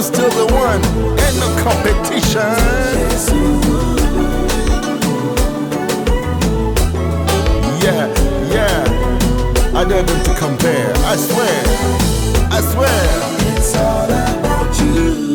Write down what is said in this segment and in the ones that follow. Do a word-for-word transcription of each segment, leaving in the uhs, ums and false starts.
still the one, ain't no competition. Yeah, yeah, I don't need to compare, I swear, I swear. It's all about you.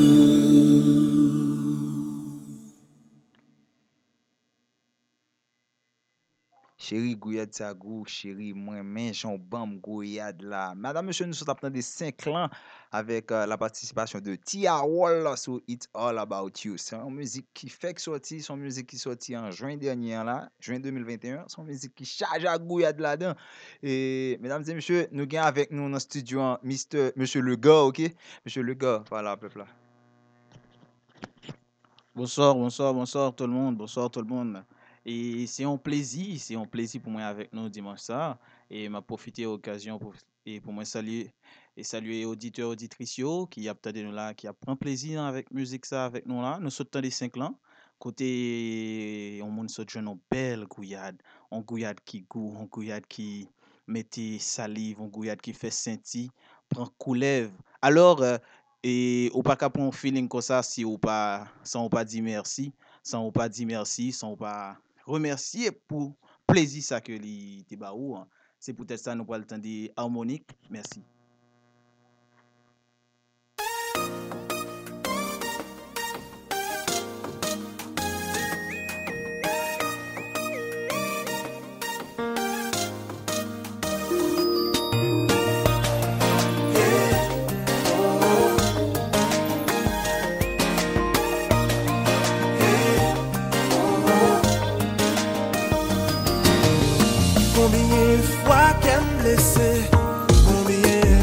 Chéri Gouyad Sagou, chéri moi-même, Jean Bam Gouyad là. Madame, monsieur, nous sommes en train de cinq ans avec euh, la participation de Tia Wall sur It's All About You. C'est une musique qui fait que sorti, son musique qui sorti en juin dernier là, juin deux mille vingt et un, son musique qui charge à Gouyad là-dedans. Et mesdames et messieurs, nous avons avec nous dans le studio Mister Monsieur Le Gars, ok? Monsieur Le Gars, voilà, peuple là. Bonsoir, bonsoir, bonsoir tout le monde, bonsoir tout le monde. Et c'est un plaisir, c'est un plaisir pour moi avec nous dimanche ça. Et m'a profité de l'occasion pour et pour moi saluer et saluer auditeurs auditrices yo qui a peut-être nous là, qui a pris plaisir avec musique ça avec nous là. Nous sommes des cinq ans. Côté on monde saute une belle gouillade, on gouillade qui goût, on gouillade qui mettait salive, on gouillade qui fait sentir, prend coulève. Alors euh, et ou pas qu'à prendre un feeling comme ça si ou pas sans ou pas dire merci, sans ou pas dire merci, sans ou pas remercier pour plaisir ça que li te ba ou, hein. C'est peut-être ça nous pas le temps de harmonique. Merci. Combien de fois qu'elle me laissait, combien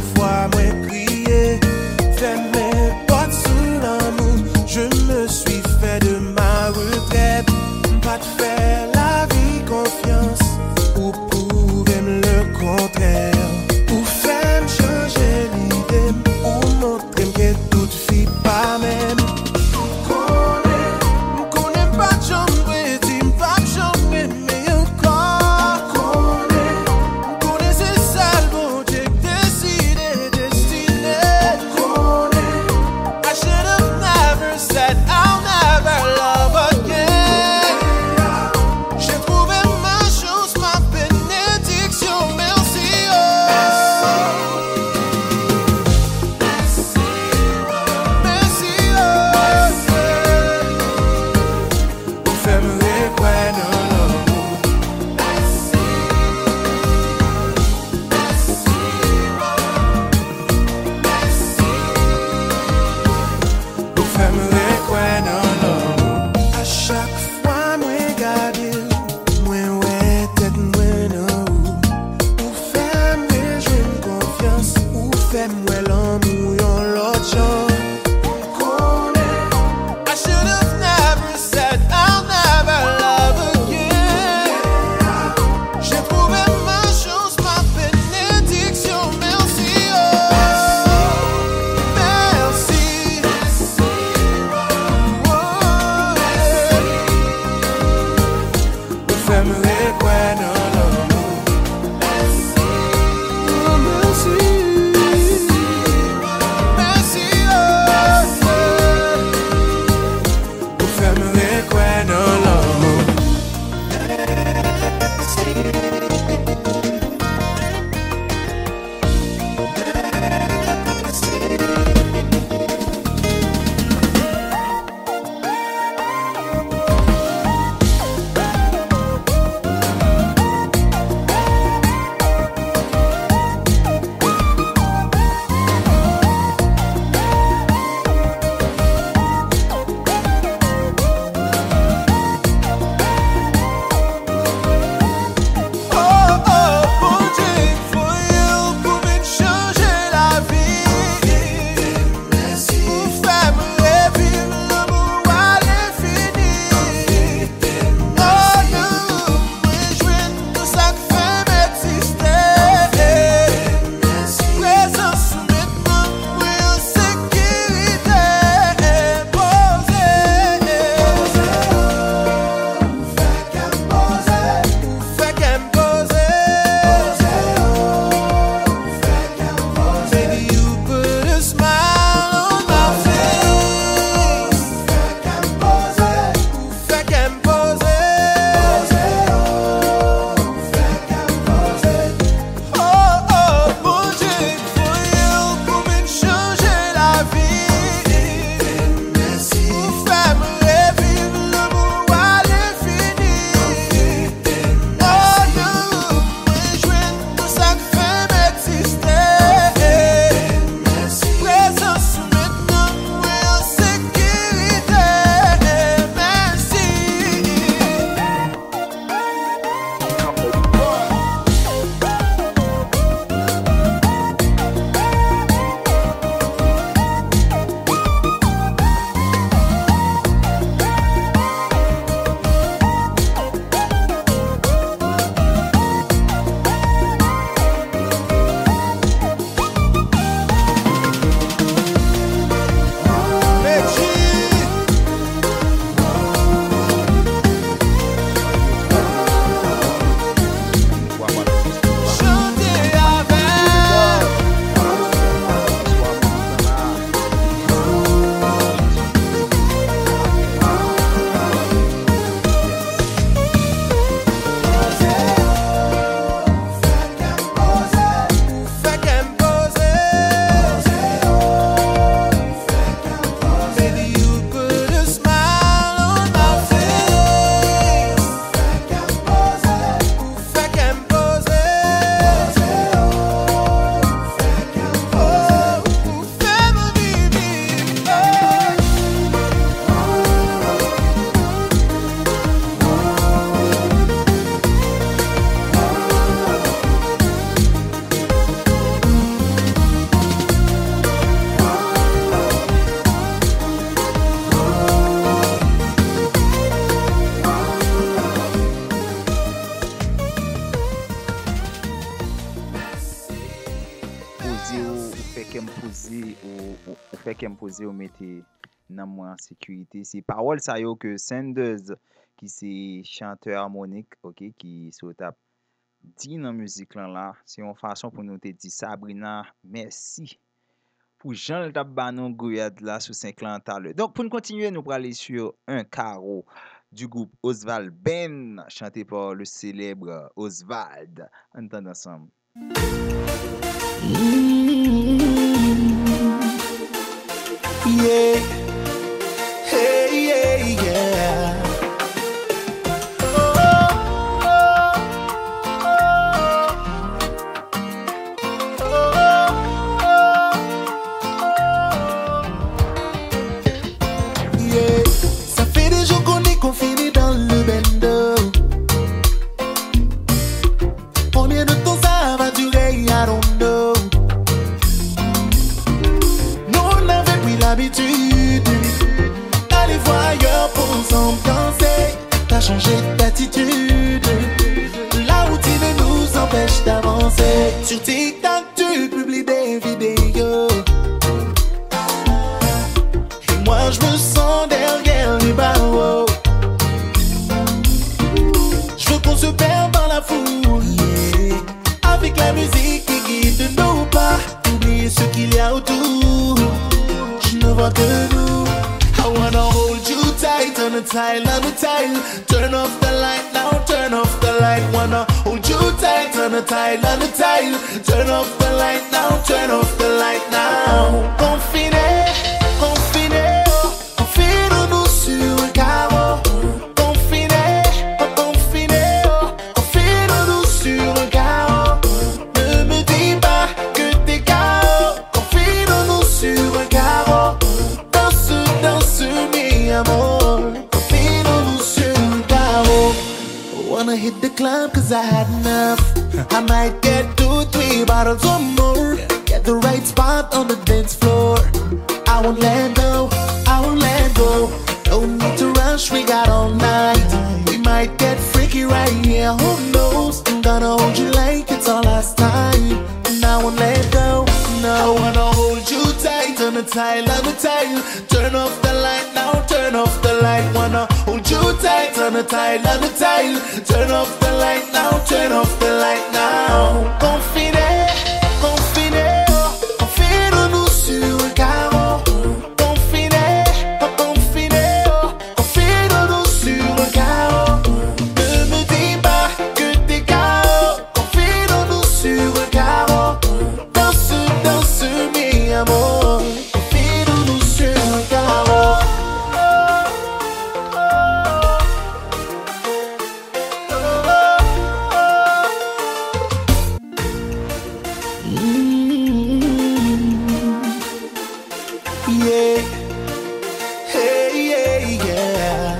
qu'elle me posait ou mettez dans moi en sécurité. C'est parole ça yo que Sanders qui c'est chanteur harmonique, OK, qui so t'a dit dans musique là là, c'est une façon pour nous te dire Sabrina, merci pour Jean le tap ba nou goyad là sous Saint-Clan talent. Donc pour nous continuer, nous pour aller sur un carreau du groupe Oswald Ben, chanté par le célèbre Oswald. Entendons ensemble. Yeah. Hey, yeah, yeah. Yeah. Ça fait des jours qu'on est confinés dans le bendo. Combien de temps ça va durer? I don't know. L'habitude d'aller voir ailleurs pour s'ambiancer. T'as changé d'attitude. La routine nous empêche d'avancer. Sur TikTok tu publies des vidéos et moi je me sens derrière les barreaux. Je veux qu'on se perde dans la foule, yeah. Avec la musique qui guide nos pas. Oublier ce qu'il y a autour. Ne vois que nous. I wanna hold you tight on the tile, on the tile. Turn off the light now, turn off the light. Wanna hold you tight on the tile, on the tile. Turn off the light now, turn off the light now. Confiné, confiné, oh, confine-nous sur un carreau. Confiné, oh, confiné, oh, confine-nous sur un carreau. Ne me dis pas que t'es K O. Confine-nous sur un carreau. Amor, confino sur un carreau. Wanna hit the club cause I had enough. I might get two, three bottles or more. Get the right spot on the dance floor. I won't let go, I won't let go. No need to rush, we got all night. We might get freaky right here, who knows? I'm gonna hold you like it's our last time. And I won't let go, no. I wanna hold you tight on the tile, on the tile. Turn off the light now, turn off the light. Wanna hold you tight on the tile, on the tile. Turn off the light now, turn off the light now. Confiné, confiné, oh, confine-nous sur un carreau. Confiné, oh, confiné, oh, confine-nous sur un carreau. Ne me dis pas que t'es K O. Confine-nous sur un carreau. Danse, danse, mi amor. Confine-nous sur un carreau. Yeah, hey, yeah, yeah.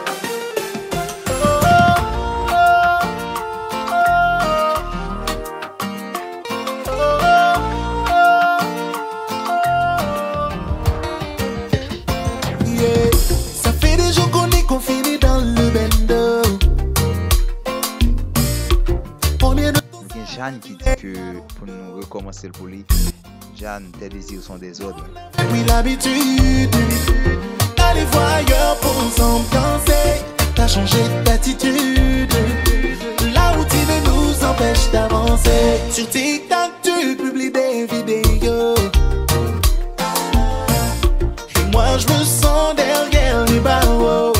Yeah, ça fait des jours qu'on est confinés dans le bendo. Combien de temps? Il y a Jeanne qui dit que pour nous recommencer le poli, Jeanne, tes désirs sont des ordres. Oui, l'habitude d'aller voir ailleurs pour s'ambiancer. T'as changé d'attitude. La routine nous empêche d'avancer. Sur TikTok tu publies des vidéos et moi je me sens derrière les barreaux.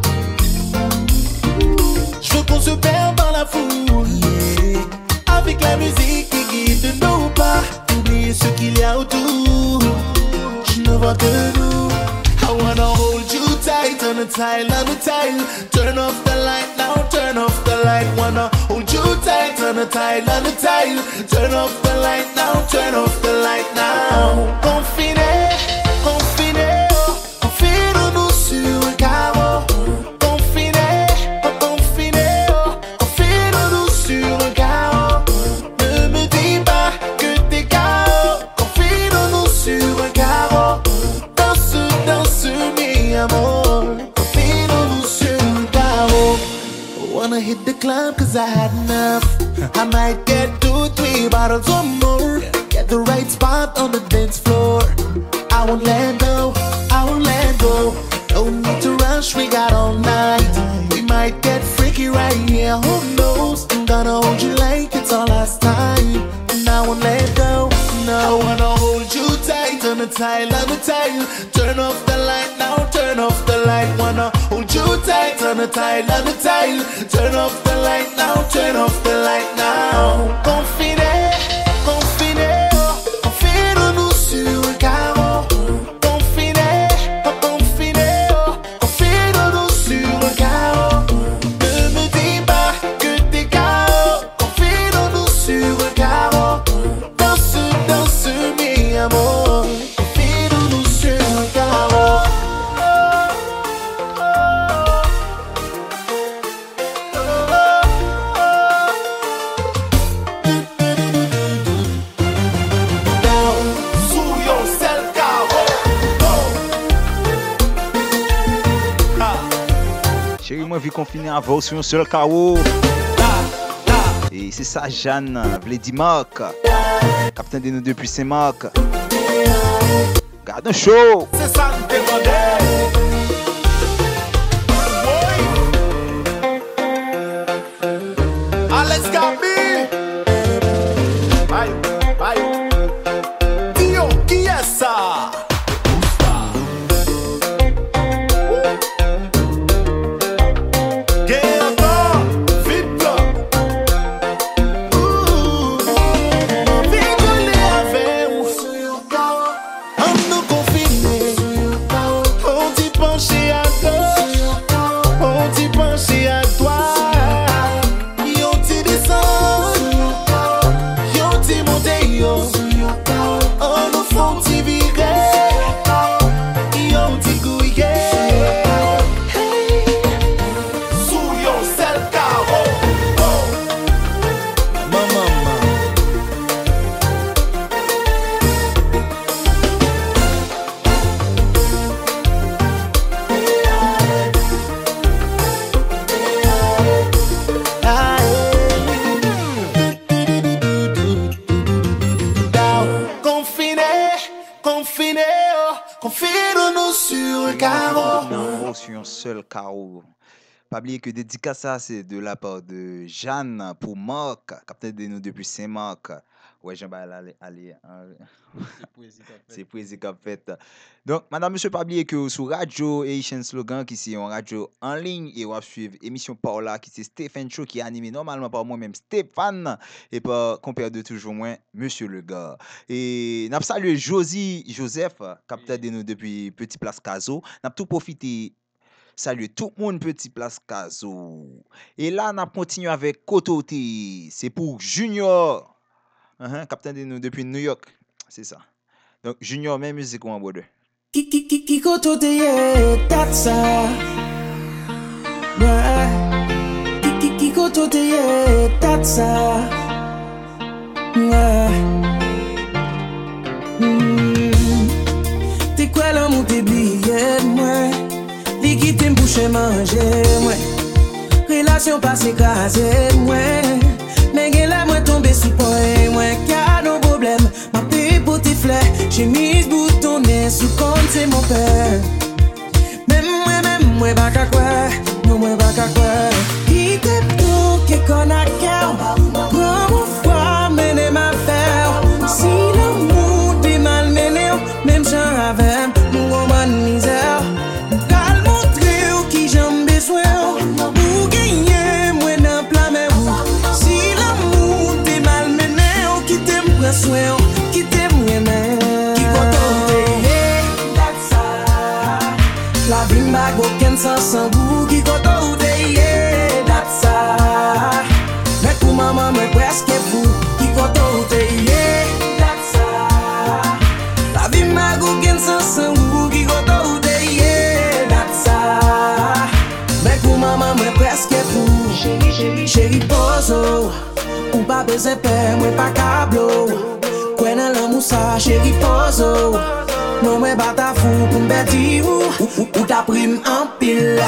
Je veux qu'on se perde dans la foule, yeah. Avec la musique qui guide nos pas. Oublier ce qu'il y a autour. Je ne vois que nous. I wanna hold you tight on the tile, on the tile. Turn off the light now, turn off the light. Wanna hold you tight on the tile, on the tile. Turn off the light now, turn off the light now. Confiné, confiné, oh, confine-nous sur un carreau. Confiné, oh, confiné, oh, confine-nous sur un carreau. Ne me dis pas que t'es K O. Confine-nous sur un carreau. Danse, danse, mi amor. Confine-nous sur un carreau. Wanna hit the club cause I had enough. I might get two, three bottles or more. Get the right spot on the dance floor. I I won't let go, I won't let go. No need to rush, we got all night. We might get freaky right here, who knows? I'm gonna hold you like it's our last time. And I won't let go, no. I wanna hold you tight, on the tile, on the tile. Turn off the light now, turn off the light. Wanna hold you tight, on the tile, on the tile. Turn off the light now, turn off the light now. Confident, confident, confide-nous sur un carreau. Confident, confident, confide-nous sur un carreau. Ne me dis pas que t'es K O. Confide-nous sur un carreau. Danse, danse, mi amor. Confide-nous sur un carreau. Chérie, moi, vu qu'on finit avant sur un seul carreau. Et c'est ça, Jeanne, Vlédimarc, capitaine de nous depuis Saint-Marc. Garde un show. C'est ça que t'es modèle. Alex Gabi. Bye, bye. Dio, qui est ça? Sur un seul carreau. Pas oublier que dédicace ça, c'est de la part de Jeanne pour Marc, capitaine de nous depuis Saint-Marc. Ouais, j'en vais aller. aller c'est poésie qu'a fait. Donc, madame, monsieur, pas oublier que sur Radio Haitian Slogan, qui c'est une radio en ligne, et on va suivre émission par là, qui c'est Stéphane Show, qui est animé normalement par moi-même, Stéphane, et par compère de toujours moins, monsieur le gars. Et n'a pas salué Josie Joseph, capitaine de nous depuis Petit Place Caso. N'a tout profité. Salut tout le monde, Petit Place Caso. Et là, on a continué avec Kototé. C'est pour Junior. Uh-huh, capitaine de nous depuis New York. C'est ça. Donc, Junior, même musique ou en border. Qui qui qui qui Kototé, yeah, that's ça. Ouais. Qui qui qui Kototé, yeah, that's ça. Ouais. Mm. T'es quoi l'amour, t'es billet, moi. Li qui t'aime boucher manger, moi. Relation passée casée, moi. Mais gen la moi tombé sous point, moi. Car nos problèmes, ma paix pour tes fleurs. J'ai mis boutonné sous compte, c'est mon père. Même moi, même moi, pas qu'à quoi. Non, moi, pas qu'à quoi. Qui t'aime tout, qui qu'on a cœur. Prends mon foi, mener ma faire. Si l'amour t'es mal mené, même j'en avais, mon roman misère. Soin qui t'aime même qui côté that's ça la vie m'a aucun sens sans goût qui côté that's ça mais pour maman moi presque fou qui côté that's ça la vie m'a aucun sens sans goût qui côté that's ça mais pour maman moi presque fou chérie chérie chérie poso ou pas besoin père moi pas câblo quoi dans l'amour ça chérie poso non moi pas ta fou pour m'bêtir ou ou ta prime en pile.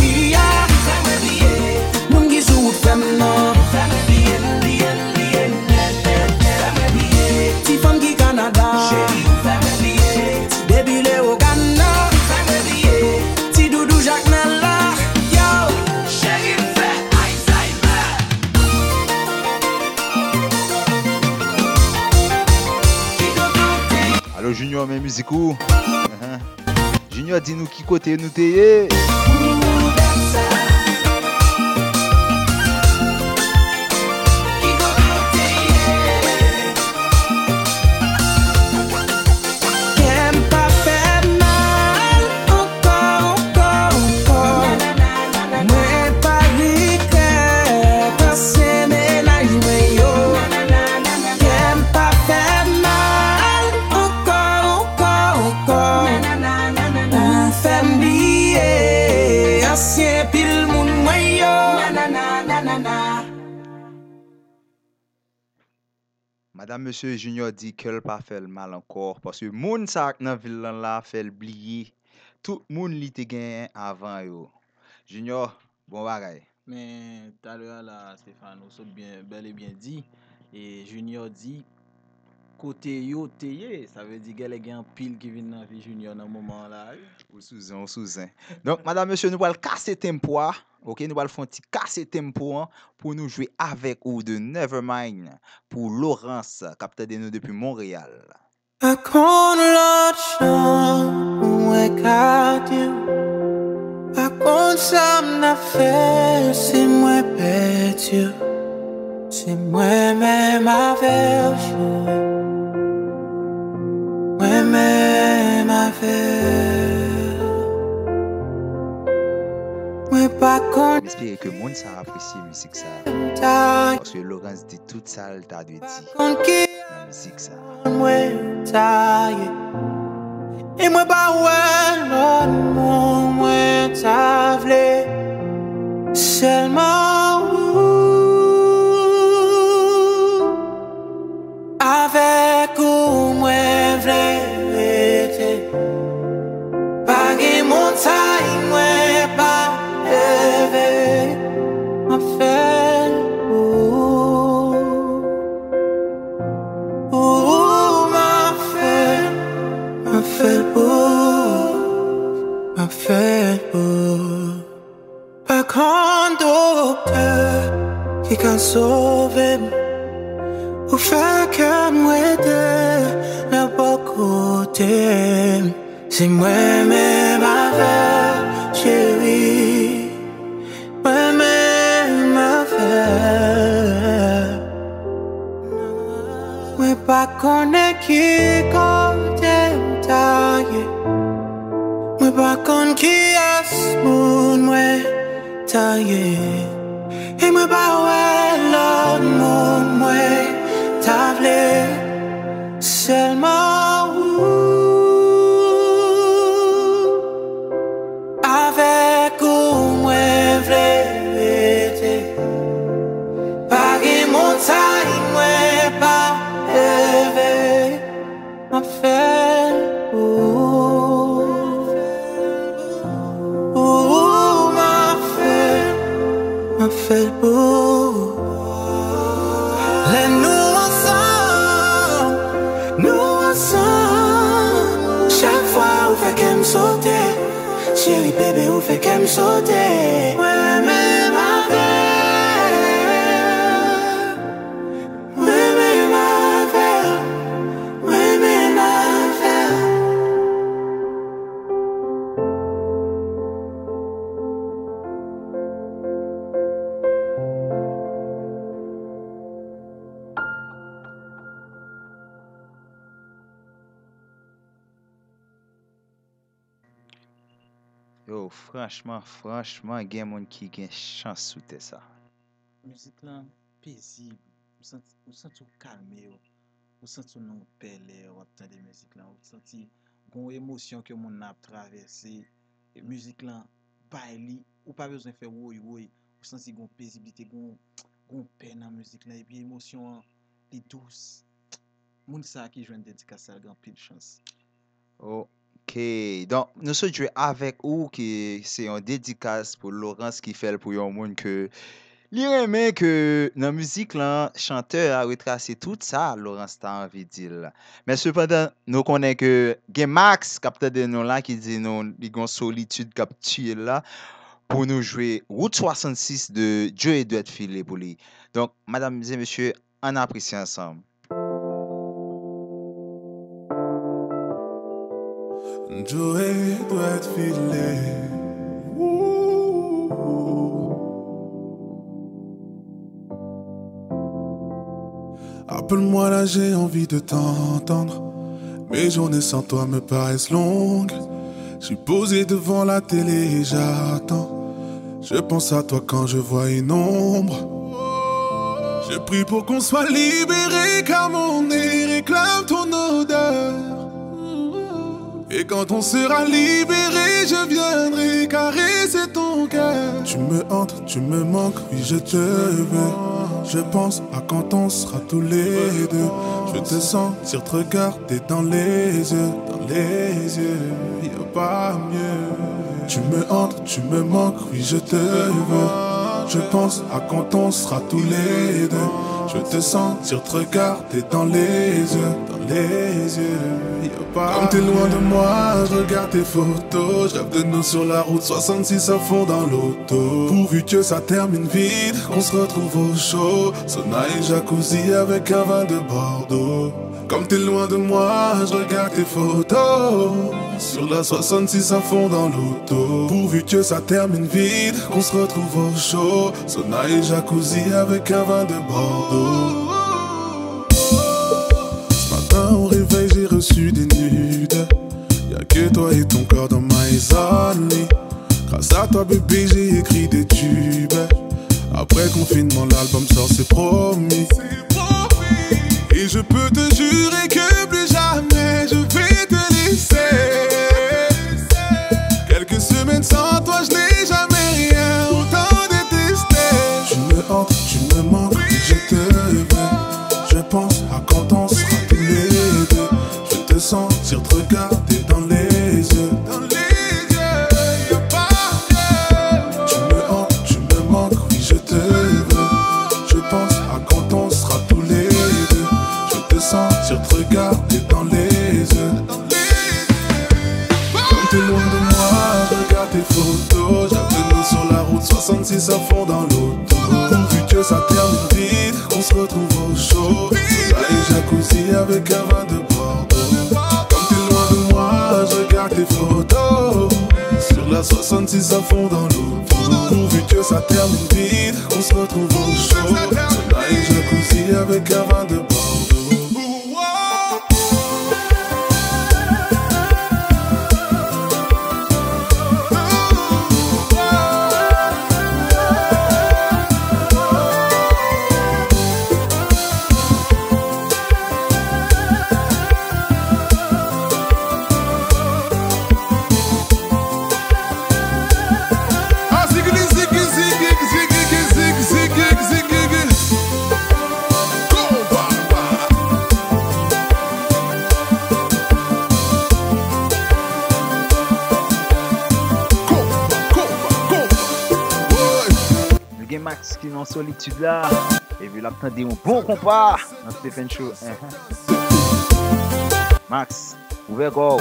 Maria. Moun ki sou fem nan. Ti fam ki Canada. Ti baby le Uganda. Ti Doudou Jacques Nella. Yo, chéri fait Alzheimer. Allo Junior, mais musique où? Uh-huh. Junior, dis-nous qui côté nous t'es. Madame, monsieur Junior dit qu'elle pas fait le mal encore parce que moun sa dans ville là fait oublier tout moun li te gagné avant yo. Junior, bon bagay. Mais tout à l'heure là, Stéphane, vous avez bien, bel et bien dit, et Junior dit, côté yo teye, ça veut dire qu'il y a un pile qui vient dans la vie Junior dans ce moment là. Ou sous-un, ou sous-un. Donc, madame, monsieur, nous allons casser tempo, hein. Ok, nous allons faire un petit casser tempo hein, pour nous jouer avec ou de Nevermind pour Laurence, capteur de nous depuis Montréal. I can't lodge mwen kade Pa kon sa mna fe Se mwen pet yo Se mwen men avek yo Mwen men avek Mwen pa kon J'espère que moun sa apprécie la musique ça. ta Parce que Laurence dit tout ça, elle t'a dû dire Kon ki la musique ça. mwen taye E mwen ba wè lòd moun mwen ta vle Selman ou Avek ou mwen vle rete Pa gen montay mwen pa leve Mwen fel ou Ou mwen fel Mwen fel ou Mwen fel ou Pa kan dokter Ki kan sove m Ou fe ke mwen de La bo kote m Se mwen men avek chéri Mwen men avek Mwen pa konen ki kote m taye Mwen pa kon ki as moun mwen taye E mwen pa wè lòd moun mwen ta vle Selman ou Avek ou mwen vle rete Pa gen montay mwen pa leve Mwen fel ou Ou mwen fel Mwen fel ou Le nou ansan Nou ansan Chak fwa ou fe kem sote Chéri bébé ou fe kem sote Mwen men avek Mwen men avek Mwen men avek Yo, franchement, franchement, gen moun ki gen chance sou te ça. Musique là, paisible, vous sentez, vous sentez calme, vous sentez non pelle, vous entendez musique là, vous sentez une émotion que mon a traversé, et musique là, baili, ou pas besoin de faire oui oui, vous sentez une paisibilité, une une paix dans la musique là, et puis émotion, est douce. Moun sa qui joue une dédicace à grand pile chance. Oh, Ok, donc nous sommes joués avec ou qui c'est un dédicace pour Laurence qui fait pour yon monde que li remen que dans musique là, chanteur a retracé tout ça, Laurence t'a envie de dire là. Mais cependant, nous connaissons que gen Max, capteur de nous là, qui dit nous, li gon solitude cap tuer là, pour nous jouer Route soixante-six de Joe Edouard Philé pour lui. Donc, mesdames et messieurs, on apprécie ensemble. Joey doit être filé. Ouh. Appelle-moi là, j'ai envie de t'entendre. Mes journées sans toi me paraissent longues. Je suis posé devant la télé et j'attends. Je pense à toi quand je vois une ombre. Je prie pour qu'on soit libéré car mon nez réclame ton odeur. Et quand on sera libéré, je viendrai caresser ton cœur. Tu me hantes, tu me manques, oui je te veux. Je pense à quand on sera tous les deux. Je te sentir te regarder dans les yeux, dans les yeux, y'a pas mieux. Tu me hantes, tu me manques, oui je te veux. Je pense à quand on sera tous les deux. Je te sentir te regarder dans les yeux, dans les yeux, y'a pas. Comme t'es loin de moi, je regarde tes photos. Je rêve de nous sur la route soixante-six à fond dans l'auto. Pourvu que ça termine vite, qu'on se retrouve au chaud. Sauna et jacuzzi avec un vin de Bordeaux. Comme t'es loin de moi, je regarde tes photos. Sur la soixante-six à fond dans l'auto. Pourvu que ça termine vite, qu'on se retrouve au chaud. Sauna et jacuzzi avec un vin de Bordeaux. Ce matin au réveil j'ai reçu des nudes. Y'a que toi et ton corps dans ma only. Grâce à toi bébé j'ai écrit des tubes. Après confinement l'album sort c'est promis. Et je peux te jurer que plus jamais je vais te laisser. Quelques semaines sans toi je n'ai jamais rien autant détesté. Tu me hantes, tu me manques, je te veux. Je pense à quand on sera tous les deux. Je te sentir te regarder dans les yeux, dans les yeux, y'a pas mieux. Tu me hantes, tu me manques, oui je te veux. Je pense à quand on sera tous les deux. Je te sentir te regarder dans les yeux, dans les yeux. Comme t'es loin de moi, je regarde tes photos. J'appelle nous sur la route soixante-six à fond dans l'auto. Pourvu que ça termine vite, qu'on se retrouve au chaud. Là et jacuzzi avec un vin de Bordeaux. Comme t'es loin de moi, je regarde tes photos. Sur la soixante-six à fond dans l'auto. Pourvu que ça termine vite, qu'on se retrouve au chaud. Là et jacuzzi avec un vin de Bordeaux. Le game Max qui est en solitude là. Et puis là, attendez un bon compas dans Stephen Show. Uh-huh. Max, ouvert go.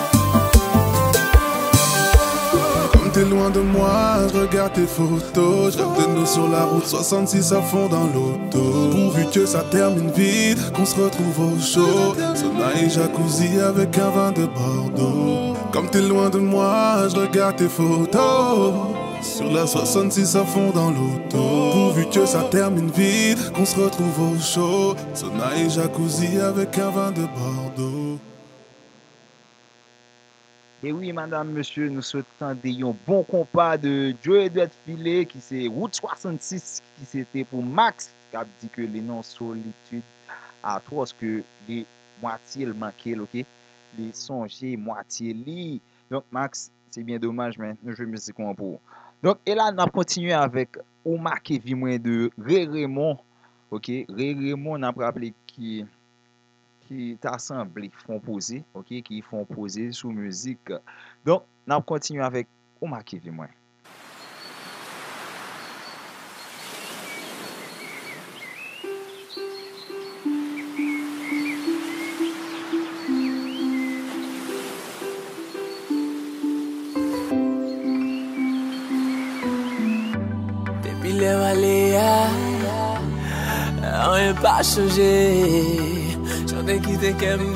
Comme t'es loin de moi, je regarde tes photos. Je rêve de nous sur la route soixante-six à fond dans l'auto. Pourvu que ça termine vite, qu'on se retrouve au chaud. Sauna et jacuzzi avec un vin de Bordeaux. Comme t'es loin de moi, je regarde tes photos. Sur la soixante-six à fond dans l'auto. Pourvu que ça termine vite, qu'on se retrouve au chaud. Sauna et jacuzzi avec un vin de Bordeaux. Et oui, madame, monsieur, nous souhaitons un bon compas de Joe Edouard Philé qui c'est Route soixante-six qui c'était pour Max qui a dit que les noms solitude à toi parce que les moitiés le manquaient, ok? Les songer moitié li. Donc Max, c'est bien dommage, mais nous jouons musique pour. Donc, et là, on a continué avec Omar Kevin de Ray Raymond. Ok, Ray Raymond, on a rappelé qui, qui qui t'assemblent, qui font poser, ok, qui font poser sous musique. Donc, on continue avec Ouma Kevin moi. Depuis les valéas, rien pas changé. J'en ai quitté comme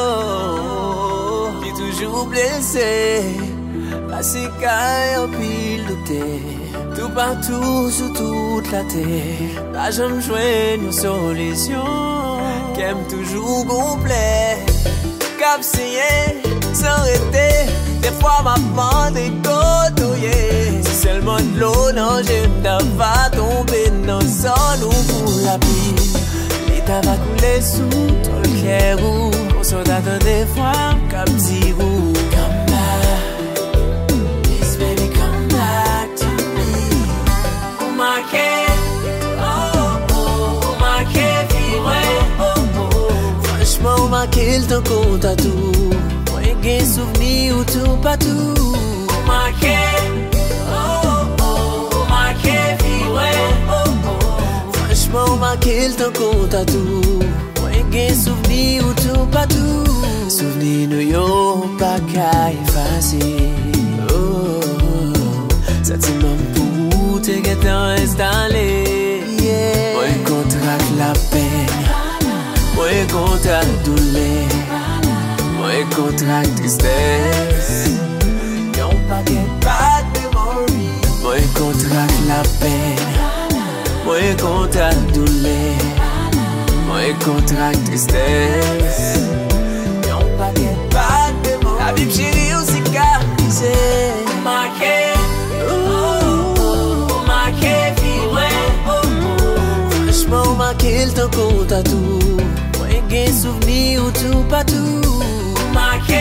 non, qui toujours blessé. La cicaille en pile douté, tout partout sur toute la terre. Là je me joigne une solution, qui aime toujours complet. Cap signé, s'arrêter, des fois ma bande est côtoyée. Si seulement de l'eau, non, j'aime d'avoir tombé dans le sol ou pour la vie. L'état va couler sous ton clair ou on s'en attend des fois, comme zéro. Come back, please baby, come back to me. Oh my God, oh oh, oh my God, vivre, oh oh. Franchement, ma kill ton compte à tout. Moi, j'ai souvenir ou tout pas tout. Oh my God, oh oh, oh my God, vivre, oh oh. Franchement, ma kill ton compte à tout. Moi, j'ai souvenir ou tout pas tout. Souvenir nous yo pas qu'à effacer. Oh, oh, oh. Sentiment pour te get installé. Yeah. Moi, contracte la peine. Moi, contracte douleur. Moi, contracte tristesse. Yon paquet bad memory. Moi, contracte la peine. Moi, contracte douleur. Moi, contracte tristesse. Yon paquet bad memory. La vie chérie ou cicatrisé. Marqué, oh oh, marqué vivre, oh oh. Franchement, marqué le temps qu'on t'a tout. Moi, j'ai souvenir ou tout pas tout. Marqué,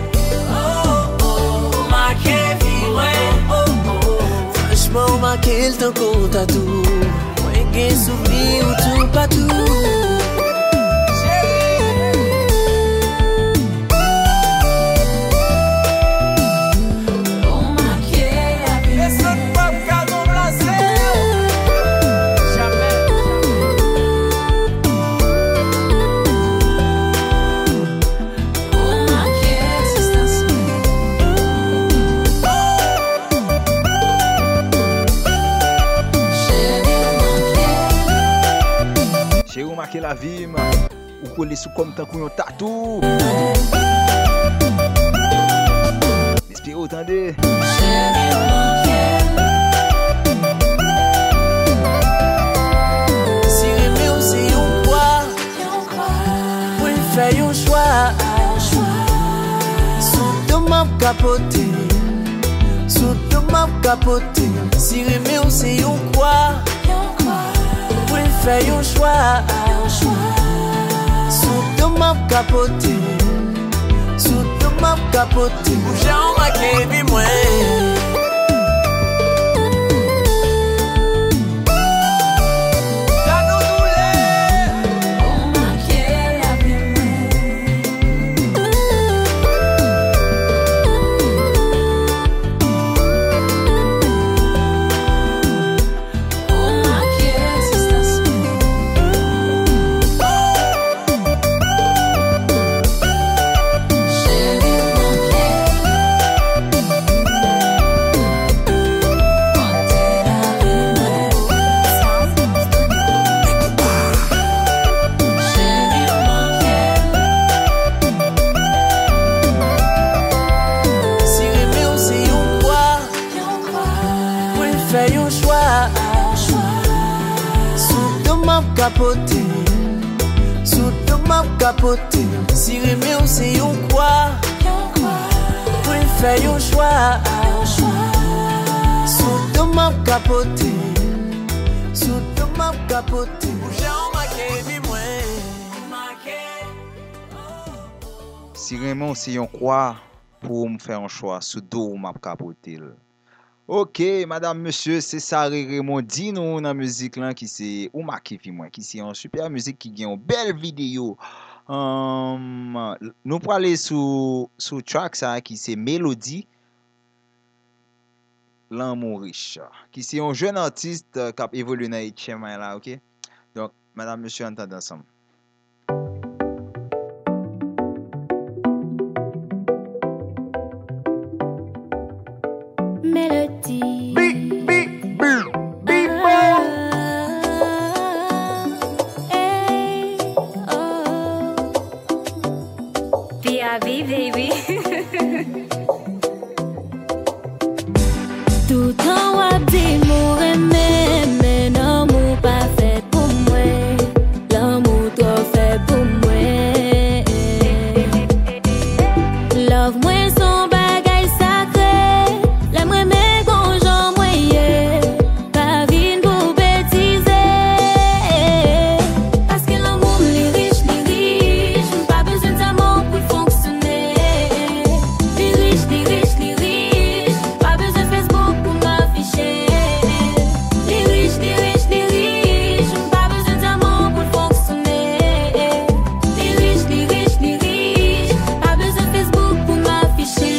oh oh, marqué vivre, oh oh. Franchement, marqué le temps qu'on t'a tout. Moi, j'ai souvenir ou tout pas tout. J'ai remarqué la vie, ou collé sous comme tant qu'on tatou. Espérez entendez. Si remè ou c'est yon quoi, pour faire yon choix. Sous de m'a capoté, sous de m'a capoté. Si remè ou c'est yon quoi, pour faire yon choix. Sous de m'a capoté, sous de m'a capoté. J'ai remarqué puis moi. Capoté, sous de m'a capoté. Si remè ou c'est yon quoi, pour faire yon choix. Sous de m'a capoté, sous de m'a capoté. J'ai remarqué puis moi. Si vraiment c'est yon quoi pour me faire un choix, sous dos m'a capoté. Ok, madame, monsieur, c'est ça Raymond dit nous dans la musique là qui c'est Ouma Kevin moi qui c'est une super musique qui gagne une belle vidéo Um, nous pour aller sous sous track ça qui c'est Mélodie L'amour riche qui c'est un jeune artiste euh, qui a évolué dans les chemins là, OK? Donc madame monsieur on t'entend ensemble. Mélodie. Beat, beat, beat, beat, Ah, hey, oh. P I V, baby. Tout en wap di mou remè, men l'amour pas fait pour moi. L'amour trop fait pour moi. Love moi son bagay sacré. La moi me gonjon moyen. Pas vin pour bêtiser. Parce que l'amour li riche, li riche. Pas besoin d'amour pour fonctionner. Li riche, li riche, li riche. Pas besoin de Facebook pour m'afficher. Li riche, li riche, li riche. Pas besoin d'amour pour fonctionner. Li riche, li riche, li riche. Pas besoin de Facebook pour m'afficher.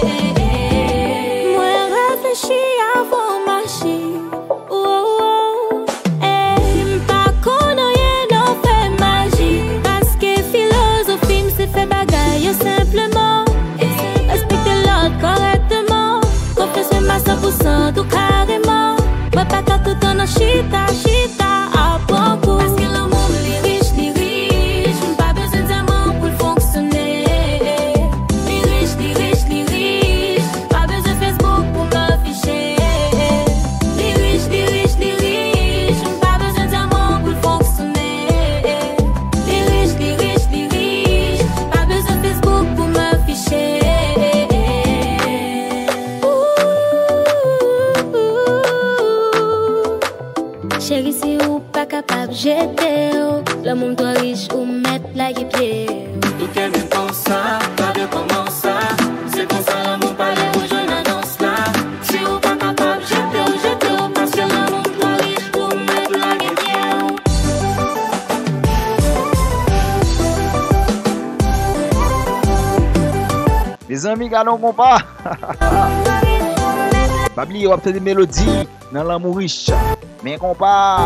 Moi réfléchis avant marcher. Oh, oh, oh. Eh, pas qu'on rien n'en fait magie. Parce que philosophie, c'est fait bagaille simplement. Respecter l'autre correctement. Confiance même à cent pour cent, tout carrément. Moi pas qu'à tout en chita, chita, à bon coup. Parce que l'amour, li riche, li riche. Pas besoin d'amour pour fonctionner. Li riche, li riche, li riche. Pas besoin de Facebook pour m'afficher. Li riche, li riche, li riche. Pas besoin d'amour pour fonctionner. Li riche, li riche, li riche. Pas besoin de Facebook pour m'afficher. Chérie, si ou pas capable, j'étais oh. Le monde doit riche ou mettre la pied. Tout est bien comme ça, pas de comment ça. C'est comme ça l'amour parle aux jeunes dans cela. Si ou pas capable, j'étais ou j'étais ou. Parce que l'amour doit riche pour mettre la guerre. Les amis galon compas. Pas oublier on va des mélodies dans l'amour riche. Mais compas.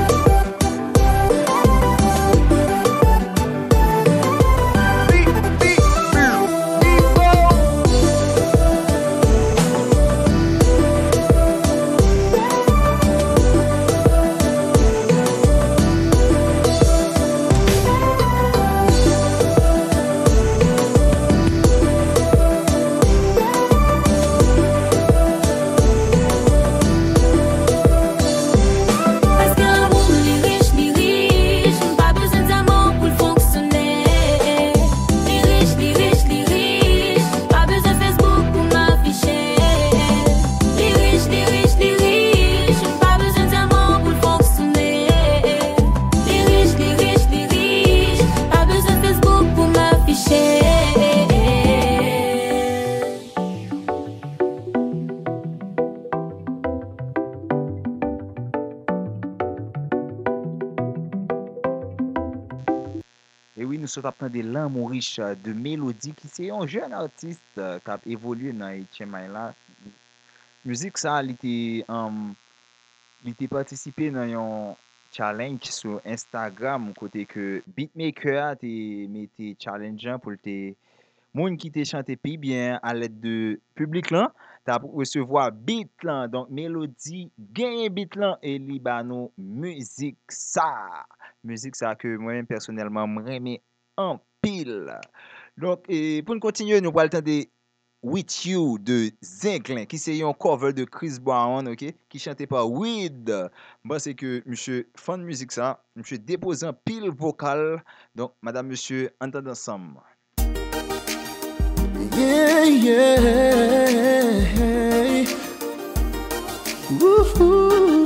Parce que l'amour li riche, li riche. Pas besoin d'amour pour fonctionner. Li riche, li riche, li riche. Pas besoin de Facebook pour m'afficher. Li riche, li riche, li riche. Pas besoin d'amour pour fonctionner. Li riche, li riche, li riche. Pas besoin de Facebook pour m'afficher. Et oui, nous sommes en train de l'amour riche euh, de Mélodie qui c'est un jeune artiste euh, qui a évolué dans les chemins là. Musique ça, il était um, il était participé dans un challenge sur Instagram côté que beatmaker a te metté challengeant pour te moun qui te chanté pi bien à l'aide de public là, t'as recevoir beat là. Donc Mélodie gagne beat là et li ba nou musique ça. Musique ça que moi personnellement m'aime en pile. Donc et pour nous continuer, nous allons entendre With You de Zinklin qui c'est un cover de Chris Brown, OK, qui chanté par Weed. Moi c'est que monsieur fan de musique ça, monsieur dépose un pile vocal. Donc madame monsieur entendez ensemble. Yeah, yeah. Woo-hoo.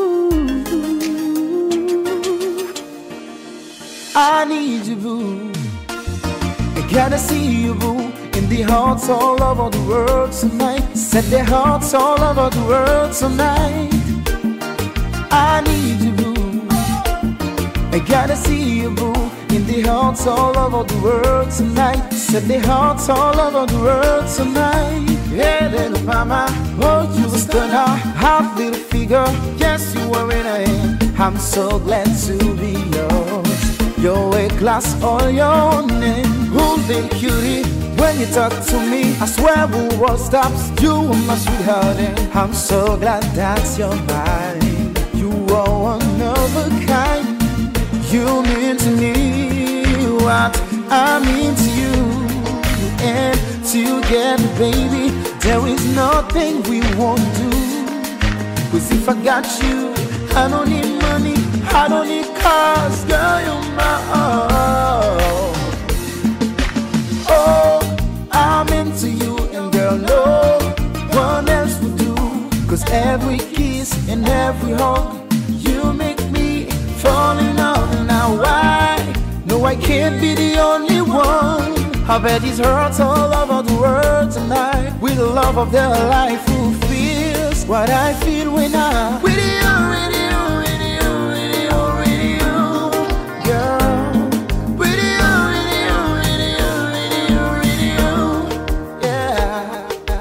I need you, boo. I gotta see you, boo. In the hearts all over the world tonight. Set their hearts all over the world tonight. I need you, boo. I gotta see you, boo. In the the hearts all over the world tonight. Set the hearts all over the world tonight. Yeah, little mama, oh, you a stunner. Half little figure, yes, you are in a hand. I'm so glad to be yours. Your weight class or your name. Ooh, little cutie, when you talk to me, I swear the world stops. You are my sweetheart, and I'm so glad that you're mine. You are one of a kind. You mean to me what I mean to you. And together, baby, there is nothing we won't do. Cause if I got you, I don't need money, I don't need cars. Girl, you're my all. Oh, I'm into you, and girl, no one else will do. Cause every kiss and every hug, you make me fall in love. Now why? No, I can't be the only one. I bet these hurts all over the world tonight. With the love of their life, who feels what I feel when I'm with you, with you, with you, with you, with you, girl. With you, with you, with you, with you, with you, yeah.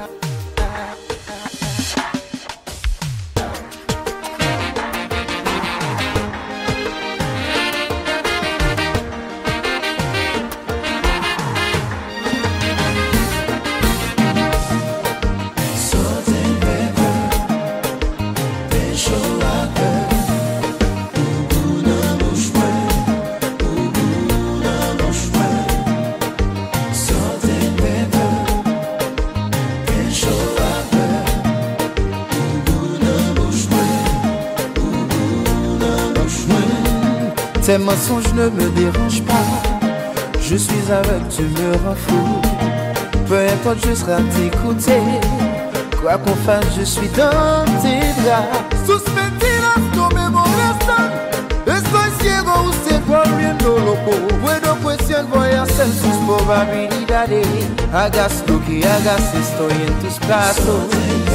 Tes mensonges ne me dérangent pas. Je suis avec, tu me rends fou. Peu importe, je serai à t'écouter. Quoi qu'on fasse, je suis dans tes bras. Sus mentiras no me molestan. Estoy ciego, usted volviendo loco. Puedo cuestión, voy a hacer sus probabilidades. Hagas lo que hagas, estoy en tus brazos.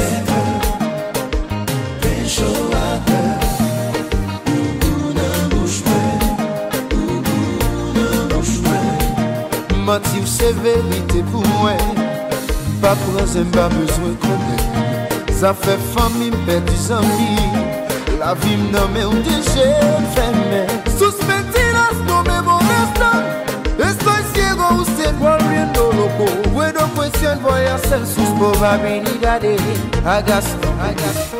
Mentir c'est vérité pour moi. Pas pour un pas besoin de connaître. Ça fait famille, perd des amis. La vie me nomme un déchet fermé. Sus mentiras no me molestan. Estoy ciego, usted volviendo loco. Puedo cuestión, voy a hacer sus probabilidades. Hagas, hagas.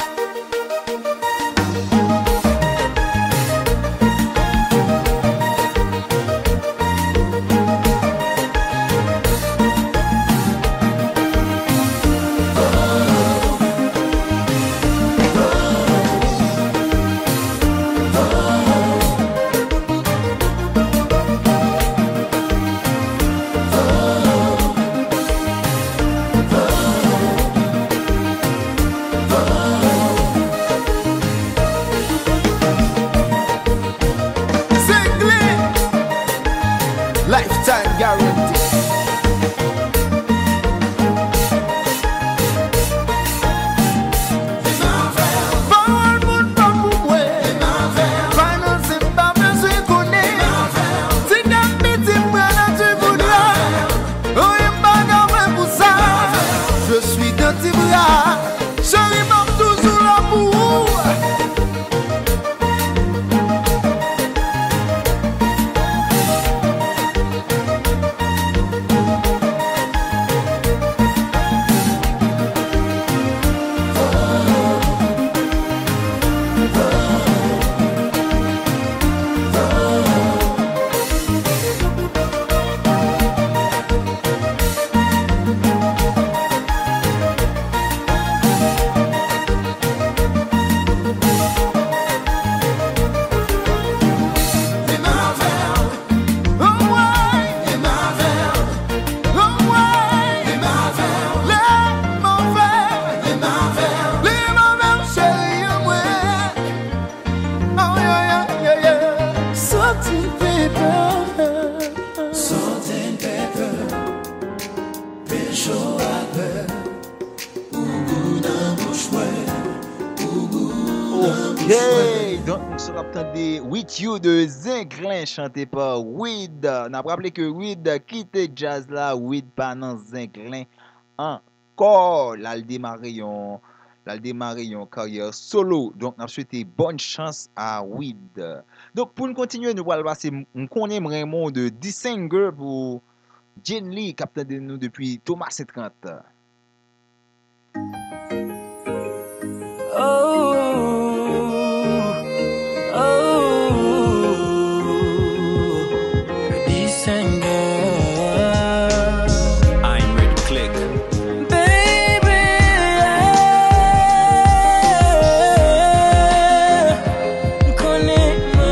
Lifetime guarantee. Je suis dans tes bras, je remets toujours l'amour. Oh. Ok, donc nous sommes attendez With You de Zinklin chanté par Weed. N'a pas rappelé que Weed quitte jazz là, Weed pas dans Zinklin encore. Là, il démarré yon, là, il démarré yon carrière solo. Donc, n'a souhaité bonne chance à Weed. Donc, pour nous continuer, nous allons passer, on connaît vraiment de Dissinger pour Jen Lee, capitaine de nous depuis Thomas cent trente. Oh, oh, descender. I'm ready to click. Baby, connais-moi.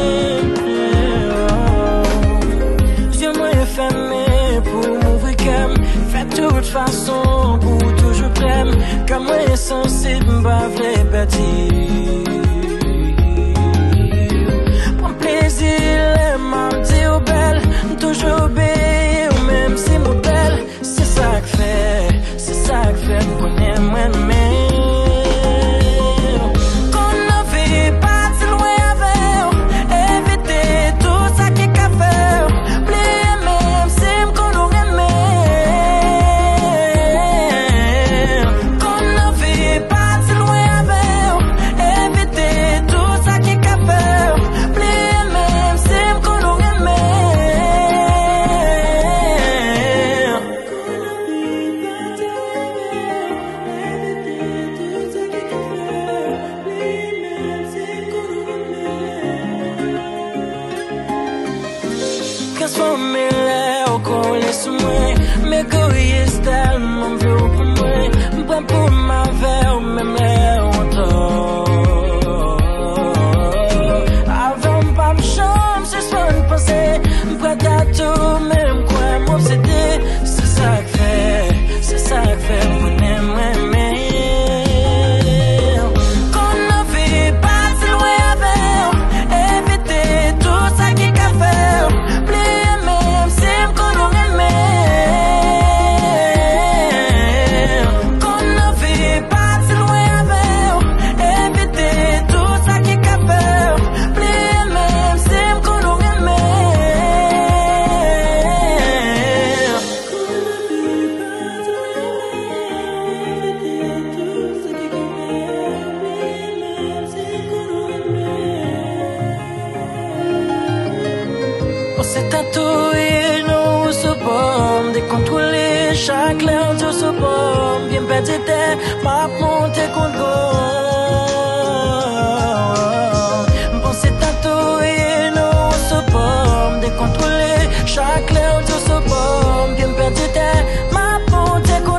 Yeux moins fermés pour m'ouvrir comme fait de toute façon pour toujours prême. Comme moi sensible, m'bavle bâtir. Prends plaisir, m'a dit au belle, toujours obéir, même si mon belle, c'est ça que fait, c'est ça que fait, connais moi même. Qu'on ne vit pas si loin avec, éviter tout ça qui qu'a fait, plier même si m'con nous remet. Qu'on ne vit pas si loin avec, éviter tout ça qui qu'a fait, plier même si m'con nous remet. Transformer l'air qu'on laisse sous moi, m'égoïste tellement vieux pour moi, m'prends pour ma verre, même l'air en tort. Avant pas m'chambre, ce soir une pensée, m'prends à tout, même quoi m'obséder, c'est ça que fait, c'est ça que fait, connais moi même. Qu'on ne vit pas si loin avec, éviter tout ça qui qu'a fait, plier même si m'con nous remet. Qu'on ne vit pas si loin avec, éviter tout ça qui qu'a fait, plier même si m'con nous remet. On s'est tatoué nos soupons, décontrôlé chaque l'air de soupon, bien pétité, m'a monté contre gauche. On s'est tatoué nos soupons, décontrôlé chaque l'air de soupon, bien pétité, m'a monté contre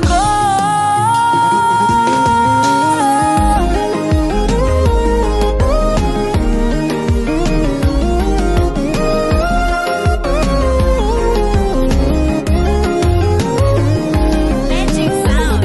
Magic sound.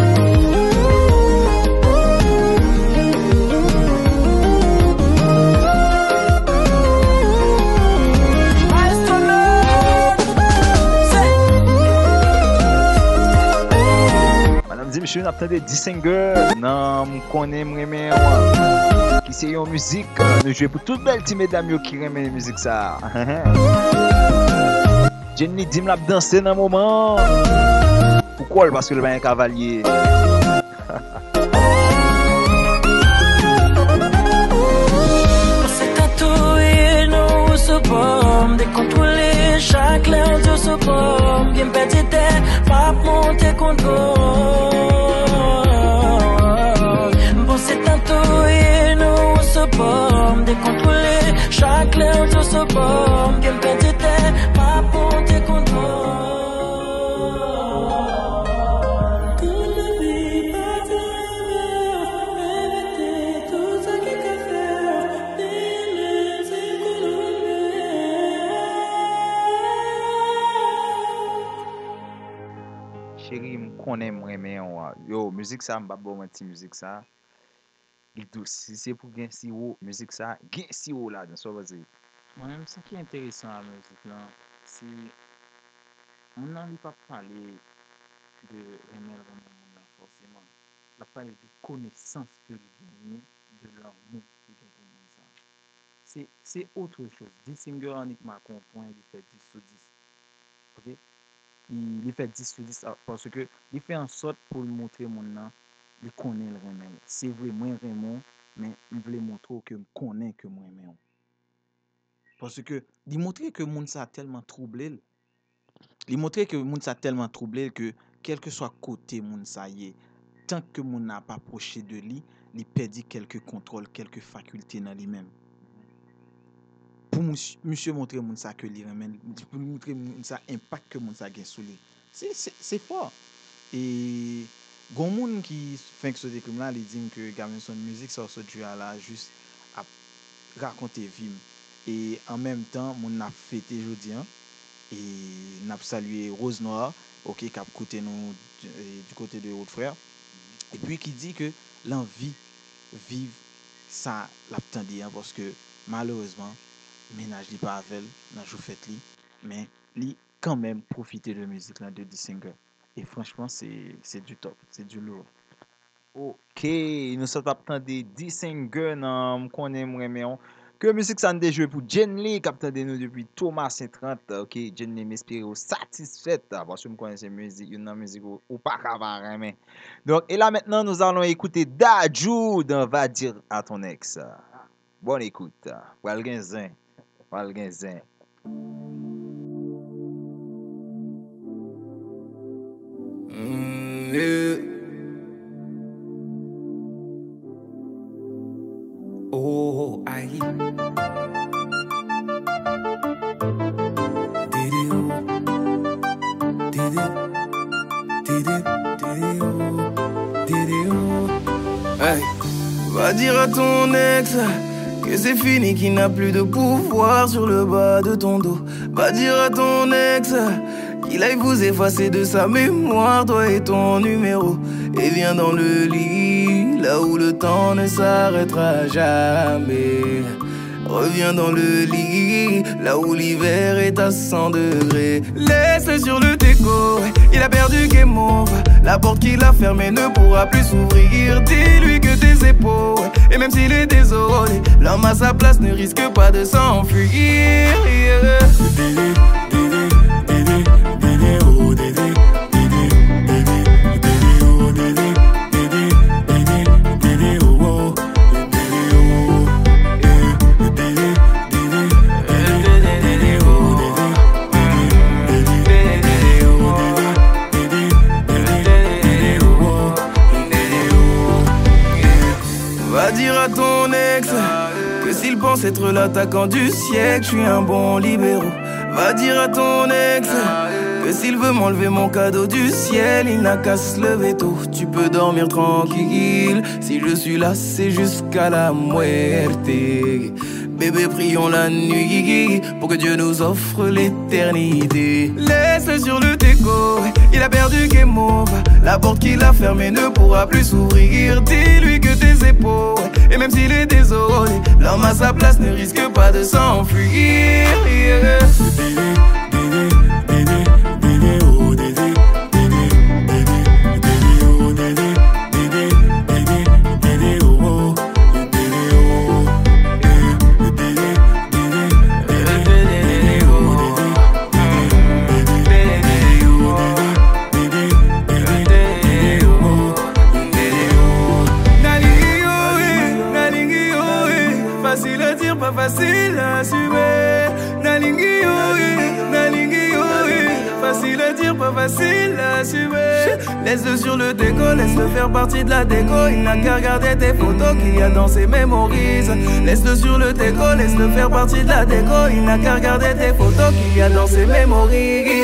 Madame et messieurs, nous attendez Dissinger. Non, je connais vraiment qui c'est une musique. Nous jouons pour toutes belles petites mesdames qui aiment la musique ça. Jenny dit me danser dans un moment. Pourquoi? Parce que le bain est cavalier. On s'est tatoué nos soupons, décontrôlé chaque l'air de soupon, bien pétité, pas monter contre gauche. On s'est tatoué nos soupons, décontrôlé chaque l'air de soupon, bien pétité, pas monter contre gauche. Qu'on ne vit pas de éviter tout ça qui qu'a fait, même si qu'on nous Chérie, me connais vraiment. Yo, musique ça, m'pa bon petit musique ça. Il douce. Si c'est pour gain si haut, musique ça, gain si haut là, dans ça va dire. Moi-même, ce qui est intéressant à la musique, là, c'est. On n'en lit pas parler de Remel Renan, forcément. La parler de connaissance que lui gagne, de l'amour qu'il gagne pour monde ça. c'est c'est autre chose. dix singles en m'a comprend, il fait dix sur dix. OK? Il, il fait dix sur dix ah, parce que il fait en sorte pour le montrer mon nom, il connaît le remède. C'est vrai, moi vraiment, mais il voulait montrer que je connais que moi même. Parce que il montrer que monde ça tellement troublé, il montrer que monde ça tellement troublé que quel que soit côté monde ça y est, tant que monde n'a pas approché de lui, il perdit quelques contrôles, quelques facultés dans lui-même. Pour monsieur, monsieur montrer moun ça que li remen, pour montrer moun ça impact que moun ça gen sou li. C'est c'est c'est fort. Et gon moun qui fait que ce comme là, il dit que gamin son musique ça ce duo là juste à raconter vim. Et en même temps, moun n'a fêté jodi hein et n'a salué Rose Noire, OK, qui a côté nous du, du côté de Haute Frère. Et puis qui dit que l'envie vivre ça l'attendait hein, parce que malheureusement ménage li pas avec dans jou fête li mais li quand même profiter de musique là de dix singles et franchement c'est c'est du top, c'est du lourd. Ok, nous sommes attendre dix singles nan m'konne m'remen que musique ça nous joué pour Jen Lee qui attendait nous depuis Thomas cinq trente. OK, Jen Lee m'inspire ou satisfaite parce que me connais musique, une musique ou, ou pas capable mais. Donc et là maintenant nous allons écouter Dadju dans Va dire à ton ex. Bonne écoute. Pral gen zin. Pral gen zin. Mm, yeah. Oh, aïe. Didi-o. Didi. Didi. Didi-o. Didi-o. Aïe. Va dire à ton ex que c'est fini, qu'il n'a plus de pouvoir sur le bas de ton dos. Va dire à ton ex qu'il aille vous effacer de sa mémoire, toi et ton numéro. Et viens dans le lit, là où le temps ne s'arrêtera jamais. Reviens dans le lit, là où l'hiver est à cent degrés. Laisse-le sur le déco, il a perdu game over. La porte qu'il a fermée ne pourra plus s'ouvrir. Dis-lui que tes épaules, et même s'il est désolé, l'homme à sa place ne risque pas de s'enfuir. Yeah. Dédé, dédé, dédé, dédé, oh dédé, dédé, dédé, dédé, oh dédé, dédé, dédé, dédé, oh oh, dédé, oh, yeah. Dédé, dédé, dédé, dédé, oh dédé, dédé, dédé, oh dédé, dédé, dédé, oh oh, dédé, oh, yeah. Va dire à ton ex que s'il pense être l'attaquant du siècle, je suis un bon libéraux. Va dire à ton ex que s'il veut m'enlever mon cadeau du ciel, il n'a qu'à se lever tôt. Tu peux dormir tranquille, si je suis là c'est jusqu'à la muerte. Bébé, prions la nuit pour que Dieu nous offre l'éternité. Laisse-le sur le déco, il a perdu game over. La porte qu'il a fermée ne pourra plus s'ouvrir. Dis-lui que tes épaules, et même s'il est désolé, l'homme à sa place ne risque pas de s'enfuir. Yeah. Dédé, dédé, dédé, dédé, oh dédé, dédé, dédé, dédé, oh dédé, dédé, dédé, dédé, oh oh, dédé, oh, yeah. Dédé, dédé, dédé, dédé, oh dédé, dédé, dédé, oh dédé, dédé, dédé, oh, dédé, oh. Nalingi oh, eh, nalingi oh, eh, facile à dire, pas facile à assumer. Nalingi oh, eh, nalingi oh, eh, facile à dire, pas facile à assumer. Laisse-le sur le déco, laisse-le faire partie de la déco. Il n'a qu'à regarder tes photos qu'il y a dans ses mémories. Laisse-le sur le déco, laisse-le faire partie de la déco. Il n'a qu'à regarder tes photos qu'il y a dans ses mémories.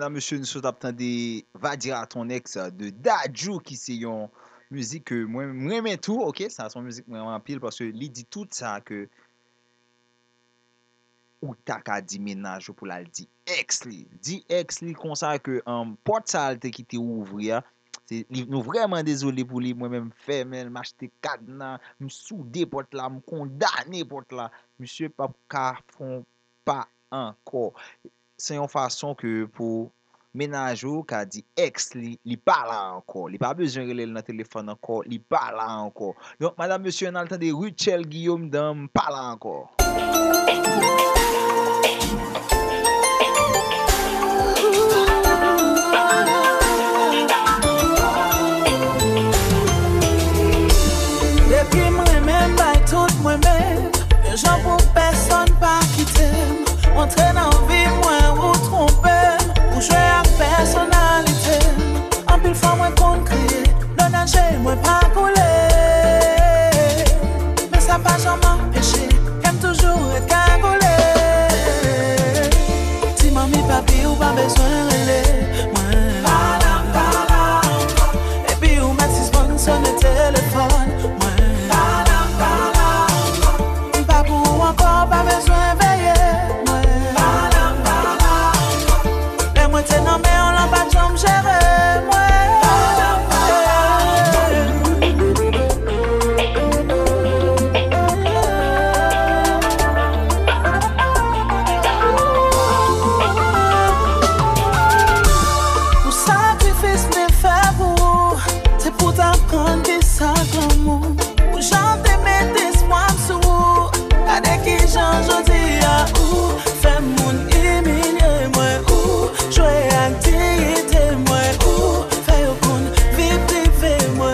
madame, monsieur, nous sommes attendez Va dire à ton ex euh, de Dadju qui c'est une musique que moi, moi mais tout, ok, ça son musique vraiment pile parce que il dit tout ça que ou ta ka di ménage pour la di ex li. Di ex li comme ça que um, porte ça te qui te ouvrir. C'est li- nous vraiment désolé pour lui moi-même fait mais m'acheter cadenas, me souder porte là, me condamner porte là. Monsieur pas ka font pas encore. C'est une façon que pour ménage ou ka di ex li, li pas là encore. Li pas besoin de relève dans téléphone encore, li pas là encore. Donc madame monsieur on a le temps de Richel Guillaume dans pas là encore. Depuis moi-même, by tout moi-même, j'en pour personne pas quitter. Entrer dans la vie, moi, ou tromper, ou jouer à personnalité. En pile fois, moi, qu'on crier, le danger, moi, pas couler. Mais ça pas jamais empêché, j'aime toujours être cagoulé. Si mamie, papi, ou pas besoin de relais, moi. Et puis, ou mettre six bonnes sur le téléphone, moi. Pas pour encore, pas besoin de veiller, moi. Les moi t'es nommé, on l'a pas de jambe gérer, moi. Pour sacrifice me fait pour, c'est pour t'apprendre des sacs l'amour. Pour chanter mes espoirs sous, regardez qui change aujourd'hui à où, fait mon humilier moi où, jouer à dignité moi où, fait au compte vie privée moi.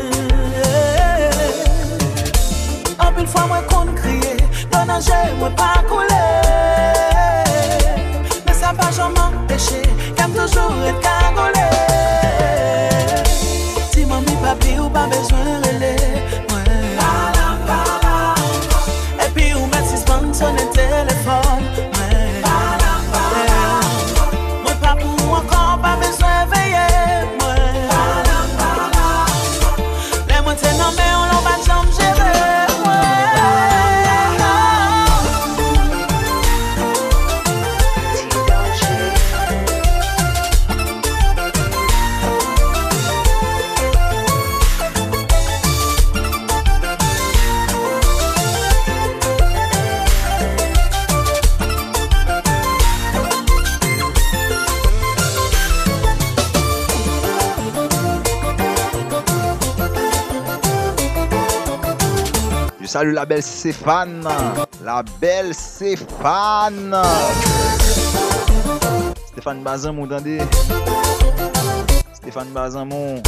En pile fois moi qu'on crier, le danger moi pas couler. Mais ça va jamais m'empêcher, j'aime toujours être cagoulé. Si mamie papi ou pas besoin de relais, moi. Et puis ou mettre six bandes sur le téléphone, ouais. Moi pas pour encore, pas besoin de veiller, moi. Les moi t'es nommé, on l'a pas de jambe gérer, Je salue la belle Stéphane. La belle Stéphane. Stéphane Bazin, mon entendez? Stéphane Bazin, mon.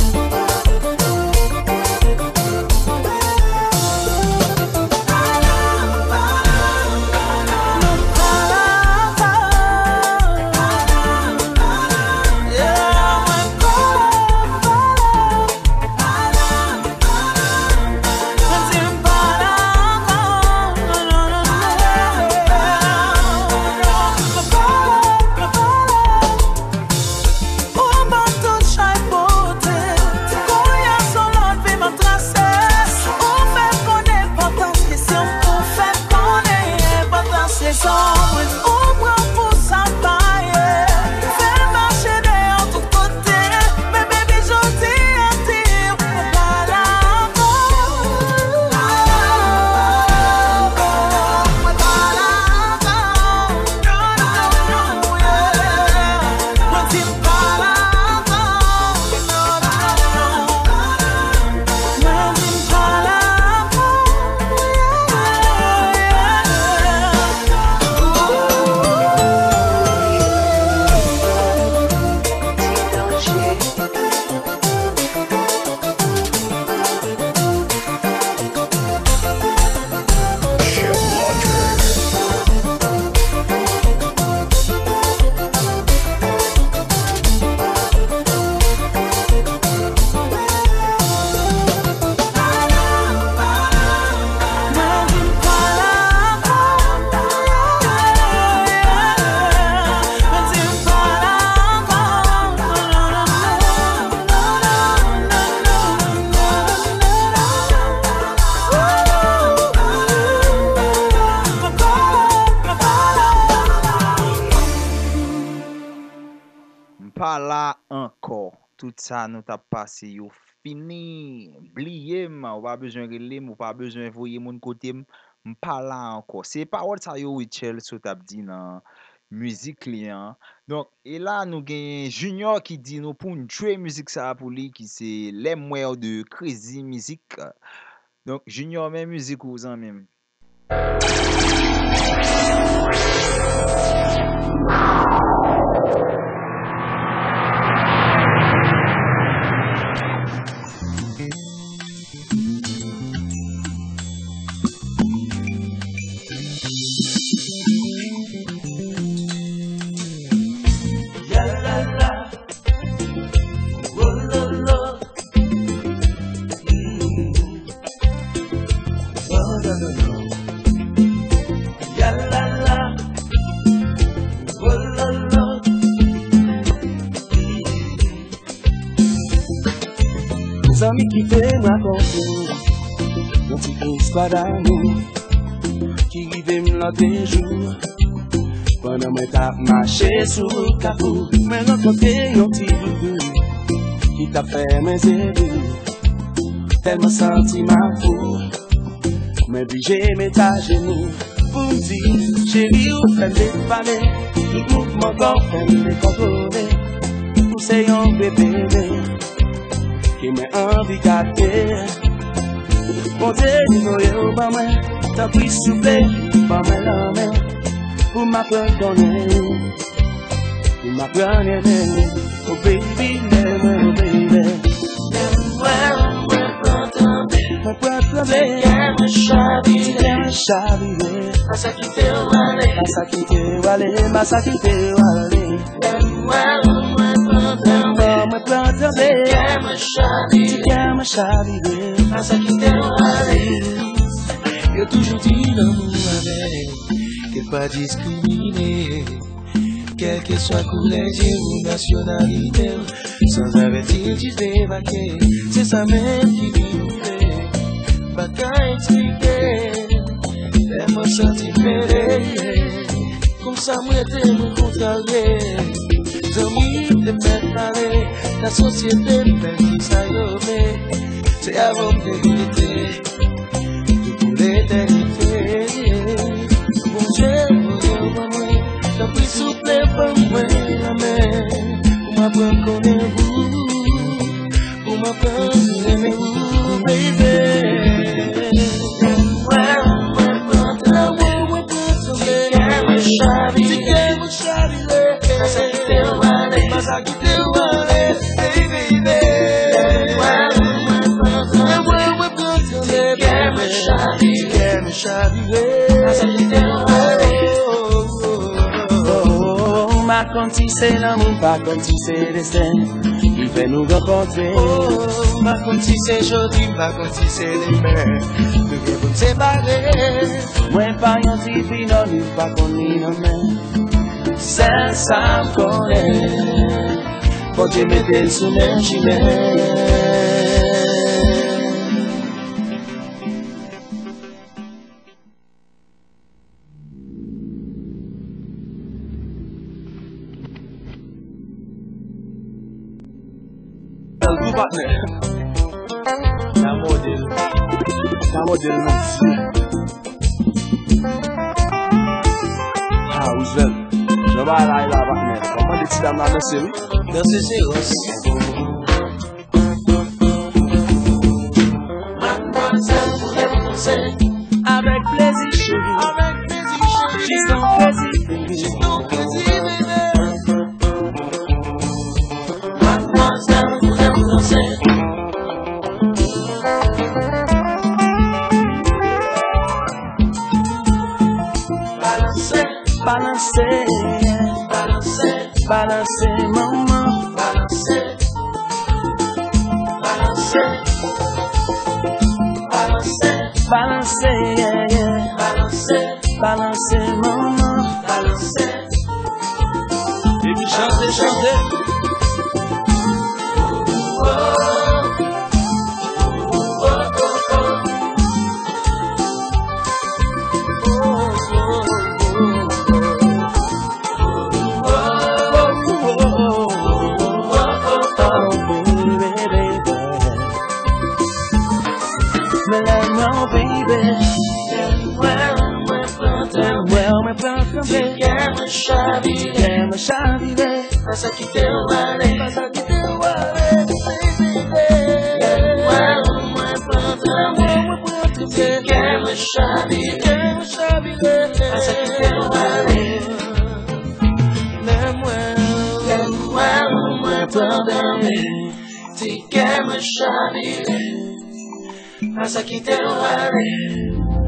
Ou un bateau chai beauté, qu'on y a son lot, vie m'en tracer. là encore. Tout ça nous t'a passé yo fini. Oubliez moi, ou pas besoin de relire, ou pas besoin de voyer mon côté, m'pas là encore. C'est parole ça yo Richel so t'a dit dans musique client. Donc et là nous gagne Junior qui dit nous pour une jouer musique ça pour lui qui c'est les moyens de Crazy Music. Donc Junior même musique aux en même. Amis qui fait me raconter une petite histoire d'amour qui rive me l'autre jour pendant que je marché sur le capot. Me rencontré un petit doudou qui t'a fait mes yeux tellement senti ma fou. Me obligé mettre à genoux pour me dire chérie ou fait des palais tout mouvement qu'on fait me contrôler pour c'est un bébé qui m'a envie de gâter. Mon Dieu, dis-moi, au bas, t'as pris souffler, pas mal la main, pour m'apprendre ton nom, pour m'apprendre à aimer. Oh baby, oh baby. Me prends me chavirer, me chavirer. Massa qui te wale, massa qui te wale, massa qui te wale. Me prends me chavirer, me chavirer. Massa qui te wale. Yo toujours dit l'amour avec, qu'il pas discriminer. Quelle que soit couleur ou nationalité, sans avertir, tu t'es vaqué. C'est ça même qui dit nous fait, pas qu'à expliquer. Elle m'a senti fêlé, comme ça moi t'es mon contrarié. Amis de me parler, la société me dit ça y c'est avant de vérité, tout pour l'éternité. Bon Dieu, bon Dieu, bon Dieu. T'as pris souffler pour moi la main, pour m'apprendre qu'on est vous, pour m'apprendre aimer vous, baby. Ouais, ouais, prends la ouais, ouais, prends ta main, si t'aimes mon chavilet, massa qui te wale, massa qui te wale, baby. Ouais, ouais, ouais, prends ta main, si t'aimes mon chavilet, massa qui te wale. Pas comme si c'est l'amour, pas comme si c'est le destin qui fait nous rencontrer. Oh, pas comme si c'est joli, pas comme si c'est demain nous devons nous séparer. Moi pas un petit non, ni pas qu'on y non mais c'est ça me connaît. Quand tu m'étais sous mes chimères. Partner, la modèle, la modèle merci. Ah, vous êtes, je vais aller là, partner. Comment les dames dans la série? Dans ce série. Avec plaisir, chérie. Avec plaisir, chérie. J'ai ton plaisir, j'ai ton plaisir, bébé. Balancer, balancer, balancer, maman, balancer, balancer, balancer, balancer, yeah, yeah. Balancer, balancer, maman, balancer. Et puis chanter, chanter. Pasa qui te wale, pasa qui te wale, moi, moi, prendre moi, ti que me chavire, pasa qui te wale, moi, moi, moi, prendre ti que me chavire, pasa qui te wale.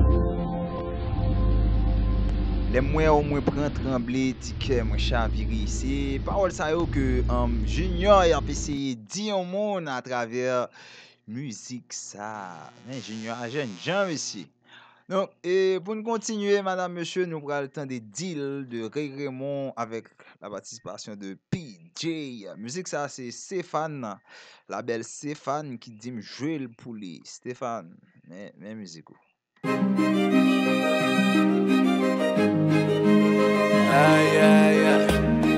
Les moins au moins prend trembler ticket moi chaviri c'est parole ça yo que um, Junior a essayé dire au monde à travers musique ça mais Junior a jeune Jean ici donc et pour nous continuer madame monsieur nous prenons le temps des deals de Ray Raymond avec la participation de P J musique ça c'est Stéphane la belle Stéphane qui dit me jouer le poulet Stéphane mais mais musique Aïe, aïe, aïe.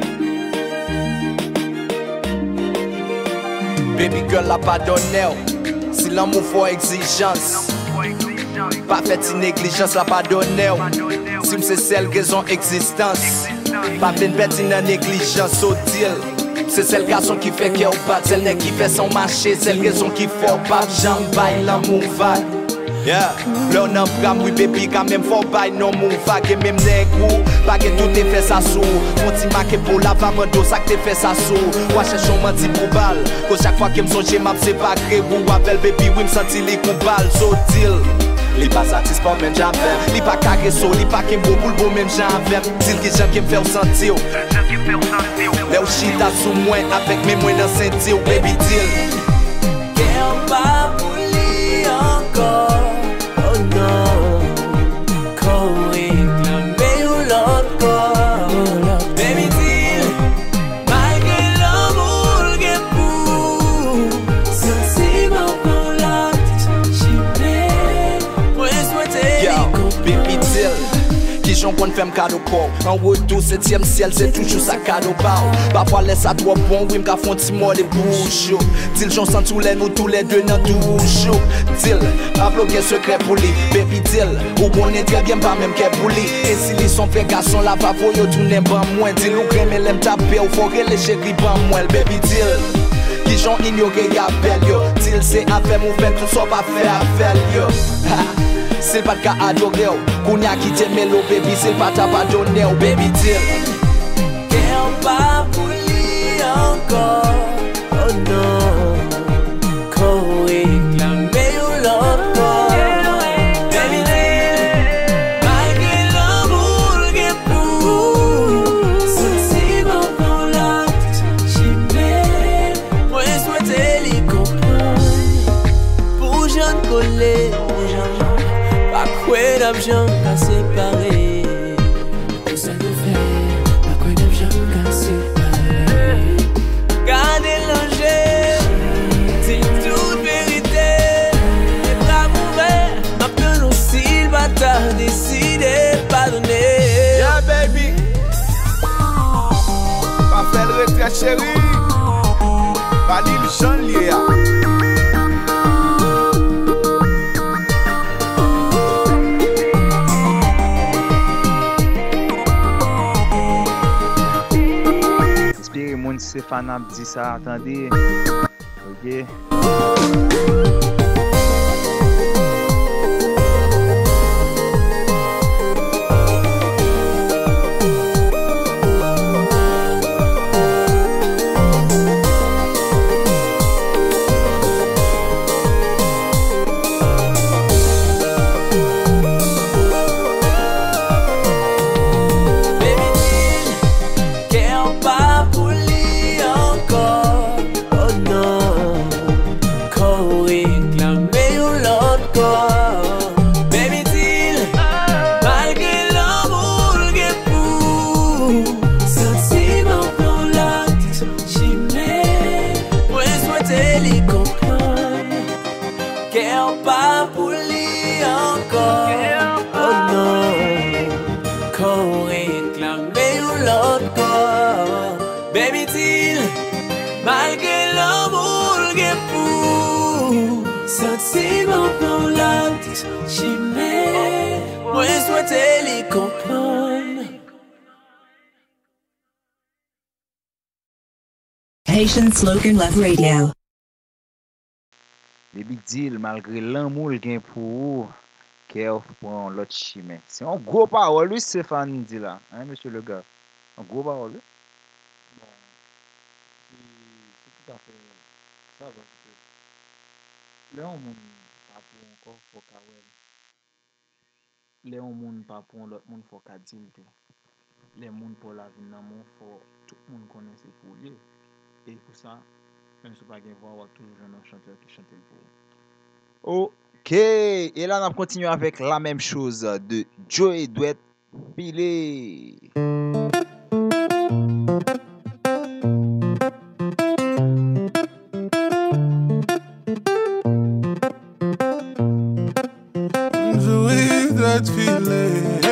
Baby girl la pas donné. Si l'amour faut exigence, pas fait une négligence la pas donné. Si c'est celle raison existence, pas fait une bête une négligence au deal. C'est celle garçon qui fait qu'elle bat, celle n'est qui fait son marché, celle raison qui faut pas jambe bail l'amour vague. Yeah, l'on a pris oui baby quand même faut bail non mon vague même nègre pas que tout est fait ça sous mon petit marqué pour la femme d'eau ça que fait ça sous moi cherche on menti pour balle que chaque fois que me songe m'a séparé ou appelle baby oui me senti les coups balle so deal li pas satisfait même jamais li pas carré so li pas qu'un beau pour le beau même jamais deal qui j'aime qui me fait sentir les chita sous moi avec mes moyens dans sentir baby deal Quero pas pour lui encore. J'en qu'on fait cadeau corps. En retour, septième ciel, c'est toujours ça cadeau bar. Parfois, laisse ça trop bon, oui, m'ka font ti mort de bouche. Dil, j'en sens tous les nous, tous les deux, dans douche. Dil, pas bloqué secret pour lui. Baby, dil, ou qu'on est très bien, pas même qu'elle pour lui. Et si les sont fait garçon, là, va pour yo, tourner ban moins. Dil, ou crème, l'aime taper, ou faut que les chéris ban moins. Baby, dil, qui j'en ignoré, y'a belle yo. Dil, c'est affaire, mouvement, tout ça pas fait affaire yo. C'est pas le cas adoré, qu'on y a quitté Melo, baby, c'est pas ta pardonné, baby, deal. Quero pas pour lui encore, oh non, qu'on réclame l'autre baby, deal. Malgré l'amour que pour, sentiment pour l'autre, j'y mets, moi souhaiter les comprendre, pour j'en coller. Quoi d'argent qu'à séparer, tout ça nous fait. Pas quoi d'argent qu'à séparer. Gardez l'enjeu, c'est toute vérité. Les bras ouverts, maintenant aussi le bâtard décidé pardonner. Yeah baby, pas faire le retrait chérie, pas l'illusion liée. Stéphane a dit ça, attendez. Ok. Malgré l'amour que pour, sentiment pour l'autre, j'y mets, moi souhaiter les comprendre. Haitian Slogan Love Radio. Les big deal, malgré l'amour qu'il pour Kev prend l'autre chemin. C'est un gros parole, lui, Stéphane dit là. Hein, monsieur le gars? Un gros parole. Bon, c'est tout à fait ça, parce que là, on pas pour encore, faut qu'à ouais. Là, on monde pas pour l'autre monde, faut qu'à dire tout. Les monde pour la vie, dans mon faut tout le monde connaît c'est pour lui. Et pour ça, même si pas gain voir toujours un chanteur qui chante pour. Ok, et là on continue avec la même chose de Joey Duet Pilé. Joey Duet Pilé.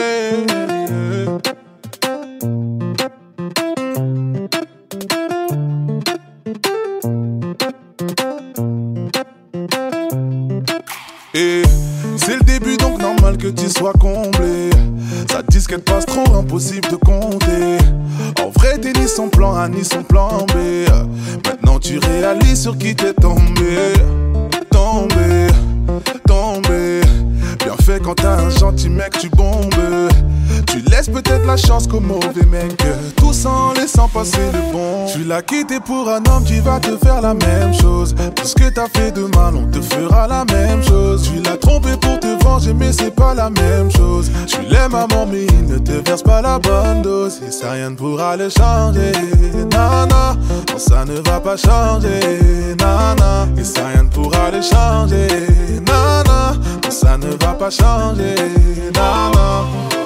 Et c'est le début donc normal que tu sois comblé. Ça disquette passe trop impossible de compter. En vrai t'es ni son plan A ni son plan B. Maintenant tu réalises sur qui t'es tombé. Tombé, tombé. Bien fait quand t'as un gentil mec tu bombes. Tu laisses peut-être la chance qu'au mauvais mec. Tout en laissant passer le bon. Tu l'as quitté pour un homme qui va te faire la même chose. Tout ce que t'as fait de mal on te fera la même chose. Tu l'as trompé pour te venger mais c'est pas la même chose. Tu l'aimes à mort mais il ne te verse pas la bonne dose. Et ça rien ne pourra le changer. Nana, non ça ne va pas changer. Nana, et ça rien ne pourra le changer. Nana, non ça ne va pas changer. Nana.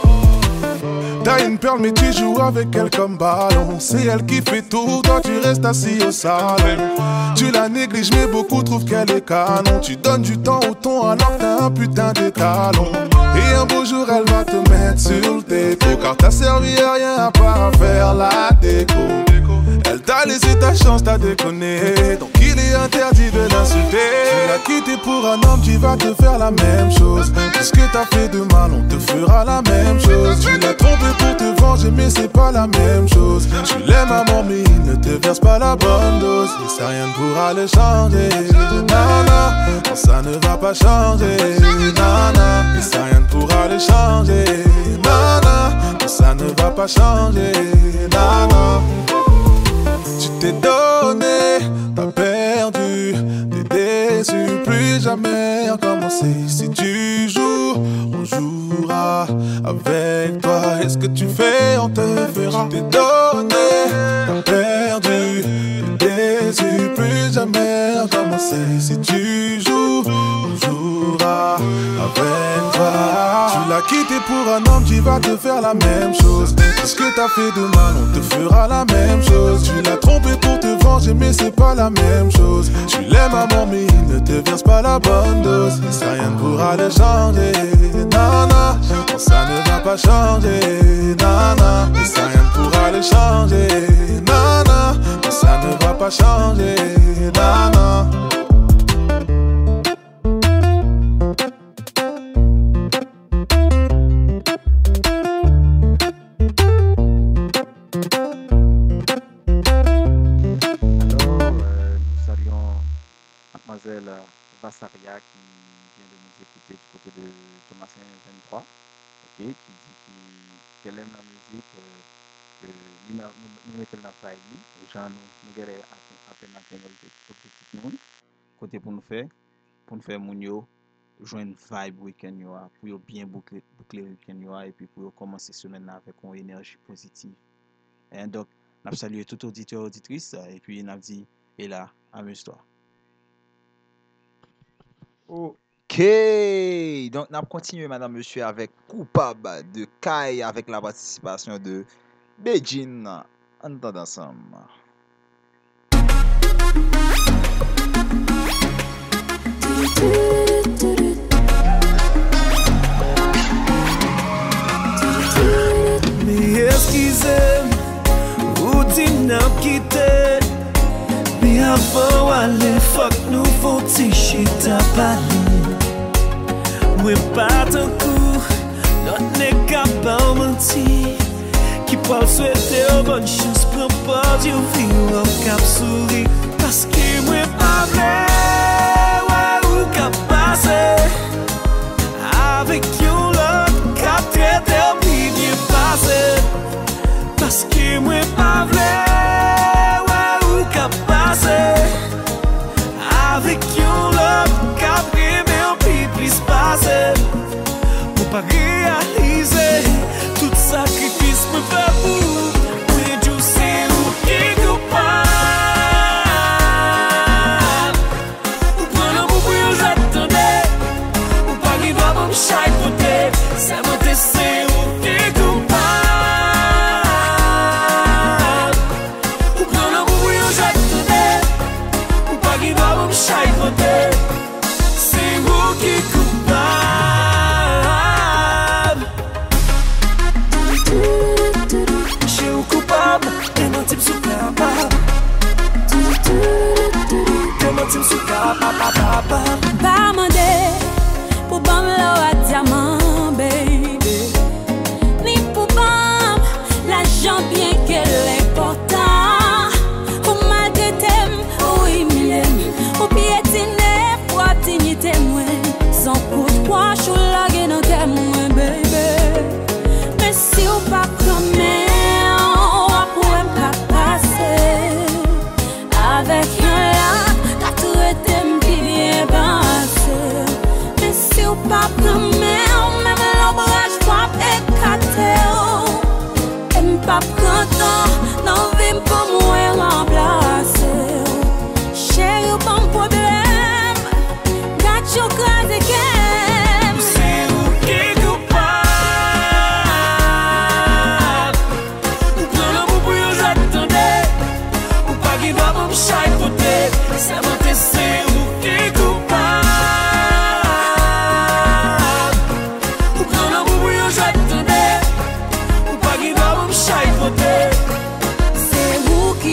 T'as une perle mais tu joues avec elle comme ballon. C'est elle qui fait tout, toi tu restes assis au salon. Tu la négliges mais beaucoup trouvent qu'elle est canon. Tu donnes du temps au ton alors que t'as un putain d'étalon. Et un beau jour elle va te mettre sur le déco. Car t'as servi à rien à part faire la déco. Elle t'a laissé ta chance, t'as déconné. Donc il est interdit de l'insulter. Tu l'as quitté pour un homme qui va te faire la même chose. Tout ce que t'as fait de mal, on te fera la même chose. Tu l'as trompé pour te venger, mais c'est pas la même chose. Tu l'aimes à mort, mais il ne te verse pas la bonne dose. Et ça rien ne pourra le changer. Nana, non, ça ne va pas changer. Nana, et ça rien ne pourra le changer. Nana, non, ça ne va pas changer. Nana. Tu t'es donné, t'as perdu, t'es déçu, plus jamais recommencer. Si tu joues, on jouera avec toi. Et ce que tu fais, on te fera. Tu t'es donné, t'as perdu, t'es déçu, plus jamais recommencer. Si tu joues, on jouera avec toi. Tu l'as quitté pour un homme qui va te faire la même chose. Ce que t'as fait de mal, on te fera la même chose. Tu l'as trompé pour te venger, mais c'est pas la même chose. Tu l'aimes à mort, mais il ne te verse pas la bonne dose. Et ça rien ne pourra le changer. Nana, non, ça ne va pas changer. Nana, et ça rien ne pourra le changer. Nana, non, ça ne va pas changer. Nana. Mademoiselle Vassaria qui vient de nous écouter du côté de Thomasin vingt-trois, okay, qui dit qu'elle aime la musique, euh, que nous mettons dans la famille, les gens nous guérissent à peine atteindre l'objectif nous, côté pour nous faire, pour nous faire mon yo, joindre vibe week-end yo, pour bien boucler boucler week-end yo, et puis pour commencer semaine avec une énergie positive. Et donc, nous saluons tout auditeur auditrice et puis nous dit et là, amuse-toi. Ok, donc on a continué, madame, monsieur, avec Coupable de Kai avec la participation de Beijing. En temps ensemble. Me excusez, vous dites n'a quitté. Mais avant aller fuck nous faut t'y shit à parler. Moi pas ton coup, notre n'est qu'à pas mentir. Qui parle souhaiter oh, bonne chance, prends pas du vivre au cap souris. Parce que moi pas vrai, ouais, ou cap passer. Avec you l'autre, cap traité au bien passé. Parce que moi pas vrai, ouais, ou cap passer. Avec you l'autre, cap privé au plus passé. Pour pas réaliser tout sacrifice me fait pour. Mais Dieu c'est où qui coupable. Ou prendre l'amour pour vous attendez. Ou pas qui doit me chaque côté. Ça me c'est où qui coupable. Ou prendre l'amour pour vous attendez. Ou pas qui doit me chaque côté. C'est où qui coupable. Je suis coupable, et mon type sous capable. Et mon type sous capable. Pas mandé pour bam l'eau à diamant, baby. Ni pour bam l'argent bien qu'elle est important. Ou mal de thème, ou humilié, ou piétiner pour dignité moins. Sans coup de poing, je suis là qui n'en t'aime moins, baby. Mais si ou pas comme avec un là, t'as tout été bien passé. Mais si ou pas comme même l'ombrage pas éclaté. Et m'pas content, non vim pour moi remplacer. Chérie, bon problème, got you crazy again. C'est où qui coupable. Ou prendre l'amour pour vous attendez. Ou pas qui doit me chaque côté. Ça m'a c'est où qui coupable. Ou prendre l'amour pour vous attendez. Ou pas qui doit me chaque côté. C'est vous qui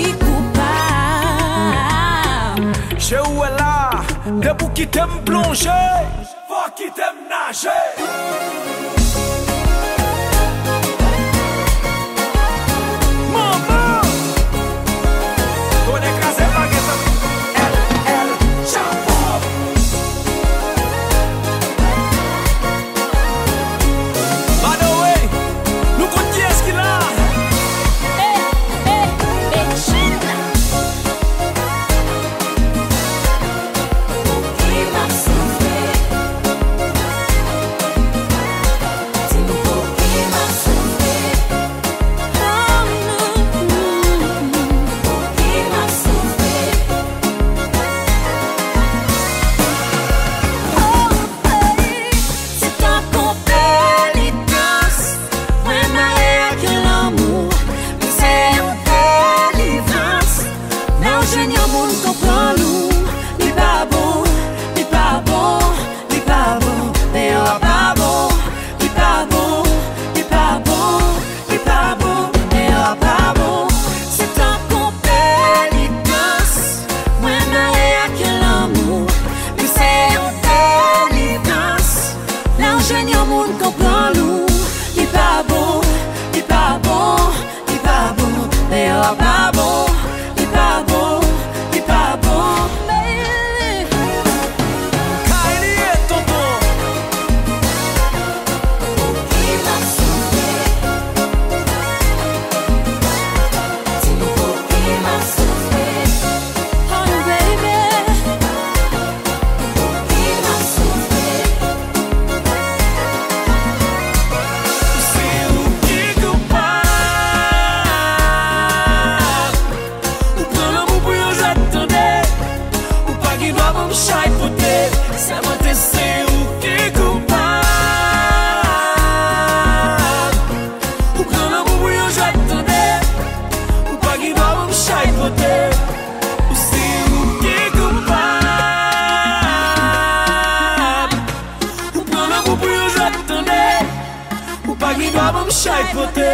coupable. Je où est là, de vous qui t'aime plonger, faut qui t'aime nager. Maman, on écrasé par que ça. Elle, elle, chapeau. By the way, nous comptons qui est-ce qu'il a? Hey, hey, hey, shit. Qui m'a sauvé? Dis-moi qui m'a sauvé. Oh non, qui m'a sauvé? Oh, hey, c'est un compétence. Moi, marié que l'amour, mais c'est une délivrance. Non, je n'y a monde comprend nous. Ni pas bon, ni pas bon, ni pas bon, mais oh, pas bon, ni pas bon, ni pas bon, ni pas bon, mais oh, pas bon. C'est un compétence. Moi, marié que l'amour, mais c'est une délivrance. Non, je n'y a monde comprend nous. Ni pas bon, ni pas bon, ni pas bon, mais oh, pas bon, ni pas bon, ni pas bon, baby. Kylie et tonton. Qui m'a sauvé? Dis-moi qui m'a sauvé. Oh baby. Qui m'a sauvé? C'est où qui coupable. Ou prendre l'amour pour vous attendez. Ou pas qui doit me chaque côté. Ça m'a c'est où qui coupable. Ou prendre l'amour pour vous attendez. Ou pas qui doit me chaque côté. Ou c'est où qui coupable. Ou prendre l'amour pour vous attendez. Ou pas qui doit me chaque côté.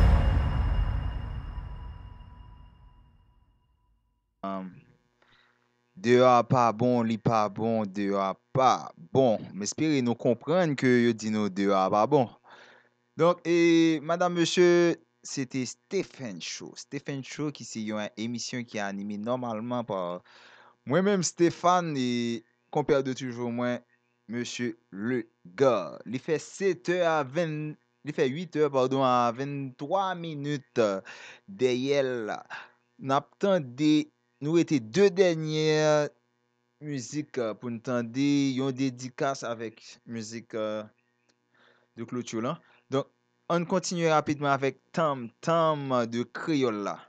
Um, dehors pas bon, li pas bon, dehors pas bon. Mais espérez nous comprendre que yo dit nous dehors pas bon. Donc, et madame, monsieur, c'était Stephen Show. Stephen Show qui c'est une émission qui est animée normalement par moi-même Stéphane et compère de toujours moi, Monsieur le gars. Il fait sept heures à vingt, il fait huit heures pardon à vingt-trois minutes euh, derrière là. N'attendez, nous étions deux dernières musiques euh, pour nous entendre, une dédicace avec musique euh, de clôture là. Donc, on continue rapidement avec Tam Tam de Crayola.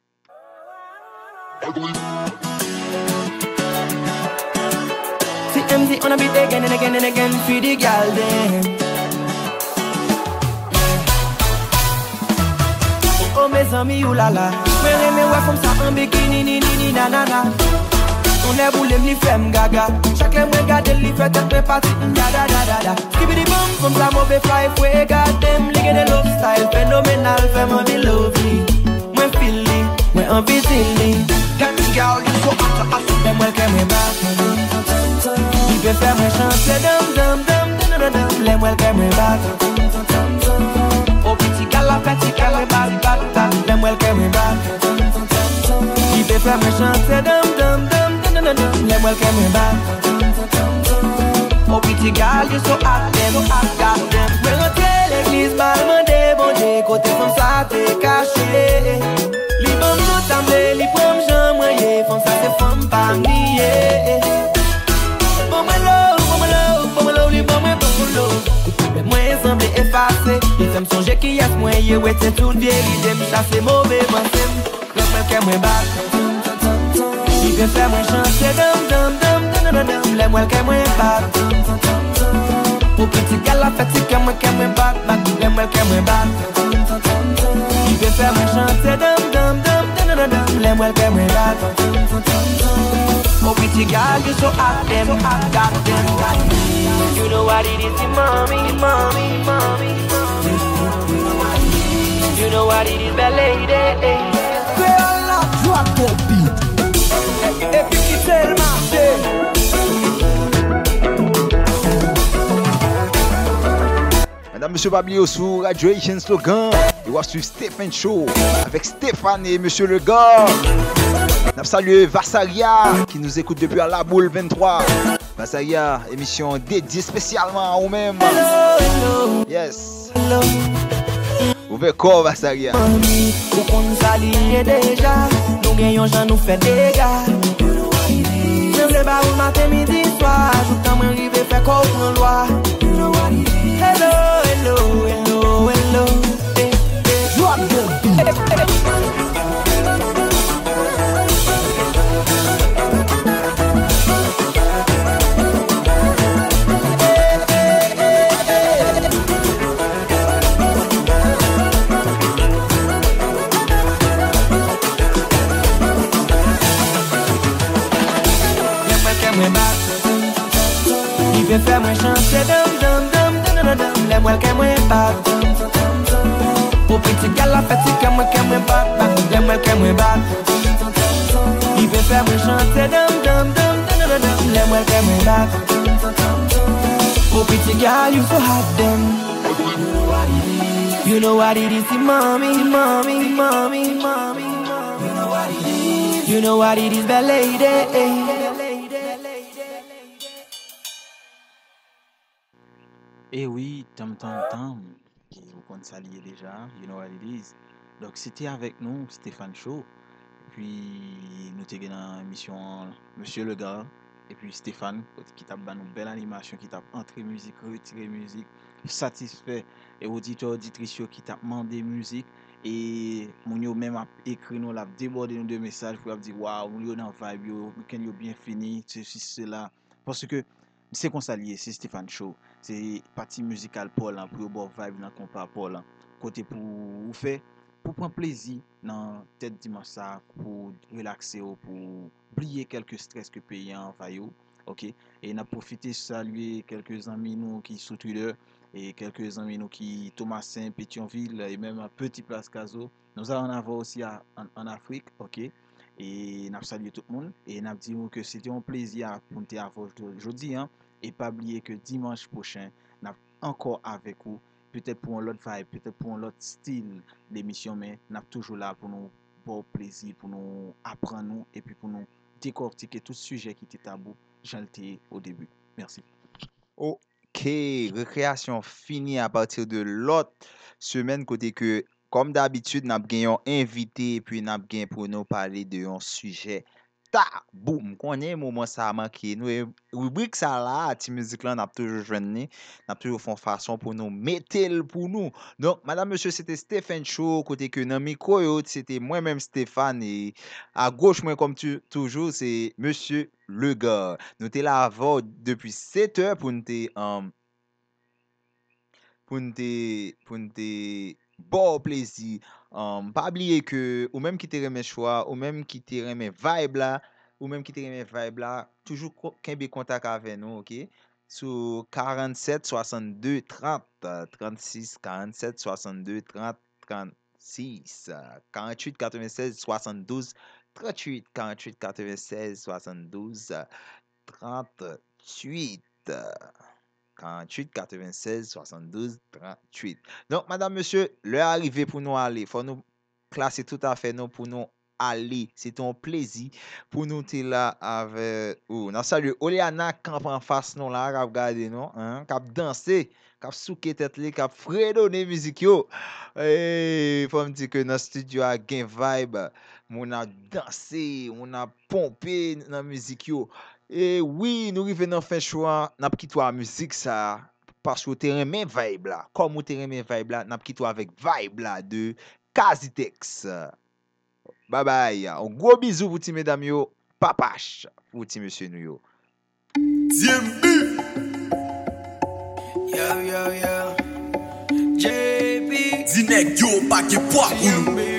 T M Z on a beat again and again and again for the gal them. Oh mes amis oulala, me reme ouais comme ça en bikini ni ni ni na na na. On est boulé m'li femme gaga, chacun me garde li fait tête me parti da da da da da. Skibidi bum comme ça mauvais fly fouet got them ligue de love style phénoménal fait mon be lovely. Moi feel li, moi envie li. Them girl you so hot hot, them welcome me back. Il peut faire me chanter dum dum dum dum dum dum, les welcome me back. Oh petit gala petit gala back back back, them welcome me back. Il peut faire me chanter dum dum dum dum dum dum, les welcome me back. Oh petit gala you so hot, them so hot got them. Me rentrer l'église balme des bon Dieu, côté comme ça t'es caché. Li bon tout semblé, li prom j'en moyen, femme ça c'est femme pas nier. Moi semble effacé, il fait me songer qui est moi yé ouais c'est toute vérité me chasser mauvais pensée. Le même que moi bat. Il veut faire moi chanter dum dum dum dum dum dum, les moi que moi bat. Pour petit gala fatigue que moi que moi bat, bat les moi que moi bat. Il veut faire moi chanter dum dum dum dum dum, les moi que moi bat. Oh pretty girl, you so hot, them, so hot, got them, got them. You know what it is, mommy, mommy, mommy, mommy. You know what it is, belle lady. Girl, I drop the beat. Et puis qui c'est le marché? Madame, monsieur Bablio sous Graduation Slogan. Il va suivre Stephen Show avec Stéphane et Monsieur le gars. Nous saluons Vassaria qui nous écoute depuis à la boule vingt-trois. Vassaria, émission dédiée spécialement à vous-même. Yes. Ouvrez corps Vassaria. Ou qu'on s'allie déjà, nous gagnons, j'en nous fait des gars. Je sais pas où matin, midi, soir, je t'en m'arrive et faire quoi en loi. Hello, hello, hello, hello. Drop the beat. Il veut faire moi chanter dum dum dum dum dum dum, les moi que moi bat. Pour petit gala fatigue que moi que moi bat, les moi que moi bat. Il veut faire moi chanter dum dum dum dum dum dum, les moi que moi bat. Pour petit gala you so hot them. You know what it is, mommy, mommy, mommy, mommy. You know what it is. You know what it is, belle lady. Eh oui, tam tam tam, qui vous compte s'allier déjà, you know what it is. Donc c'était avec nous Stéphane Show, puis nous t'ai dans l'émission Monsieur le gars, et puis Stéphane qui t'a ban une belle animation, qui t'a entré musique, retiré musique, satisfait et auditeur auditrice qui t'a demandé musique et mon yo même a écrit nous l'a débordé nous de messages pour dire waouh, mon yo dans vibe yo, week-end yo bien fini, ceci cela parce que c'est qu'on s'allie, c'est Stéphane Show. C'est partie musicale Paul hein, pour bon vibe dans compas Paul hein. Côté pour vous faire pour prendre plaisir dans tête dimanche ça pour relaxer ou pour oublier quelques stress que pays en vaillou. OK et n'a profité saluer quelques amis nous qui sous Twitter et quelques amis nous qui Thomasin Pétionville et même à Petit Place Caso. Nous allons en avoir aussi à, en, en Afrique, OK et n'a salué tout le monde et n'a dit que c'était un plaisir pour nous avoir aujourd'hui hein. Et pas oublier que dimanche prochain, nous encore avec vous peut-être pour un autre vibe, peut-être pour un autre style d'émission, mais nous sommes toujours là pour nous bon plaisir, pour nous apprendre nous, et puis pour nous décortiquer tout sujet qui était tabou, j'en étais au début. Merci. Ok, récréation finie à partir de l'autre semaine, côté que, comme d'habitude, nous avons un invité, et puis nous avons pour nous parler de un sujet tabou. M konnen moment ça a manqué. Nous, et rubrique ça là, ti musique là, n'a toujours joindre, n'a toujours font façon pour nous mettre le pour nous. Donc, madame, monsieur, c'était Stephen Show, côté que dans micro, yo, c'était moi-même Stéphane, et à gauche, moi, comme tu, toujours, c'est monsieur Le Gars. Nous t'es là avant depuis sept heures pour nous te, um, pour nous te, pour nous te bon plaisir. Um, pas oublier que, ou même qui te remet choix, ou même qui te remet vibe là, ou même qui te remet vibe là, toujours qu'un contact avec nous, ok? Sur quarante-sept soixante-deux trente trente-six quarante-sept soixante-deux trente trente-six quarante-huit quatre-vingt-seize soixante-douze trente-huit quarante-huit quatre-vingt-seize soixante-douze trente-huit quarante-huit quatre-vingt-seize soixante-douze trente-huit. Donc, madame, monsieur, l'heure est arrivée pour nous aller. Faut nous classer tout à fait nous pour nous aller. C'est un plaisir pour nous être là avec vous. Nous saluons Oliana camp en face nous là, cap regarder nous, hein, cap danser, cap souker tête li, cap fredonner musique yo. Et faut me dire que dans studio a gain vibe, on a dansé, on a pompé dans musique yo. Et oui, nous arrivons dans fin choix, n'a quitté la musique ça parce que terrain même vibe là. Comme au terrain même vibe là, n'a quitté avec vibe là de Casitex. Bye bye. Un gros bisou pour ti mesdames yo, papache pour ti monsieur nous yo. Yo yo yo. J B. Zinek yo pa ke poa pou nou.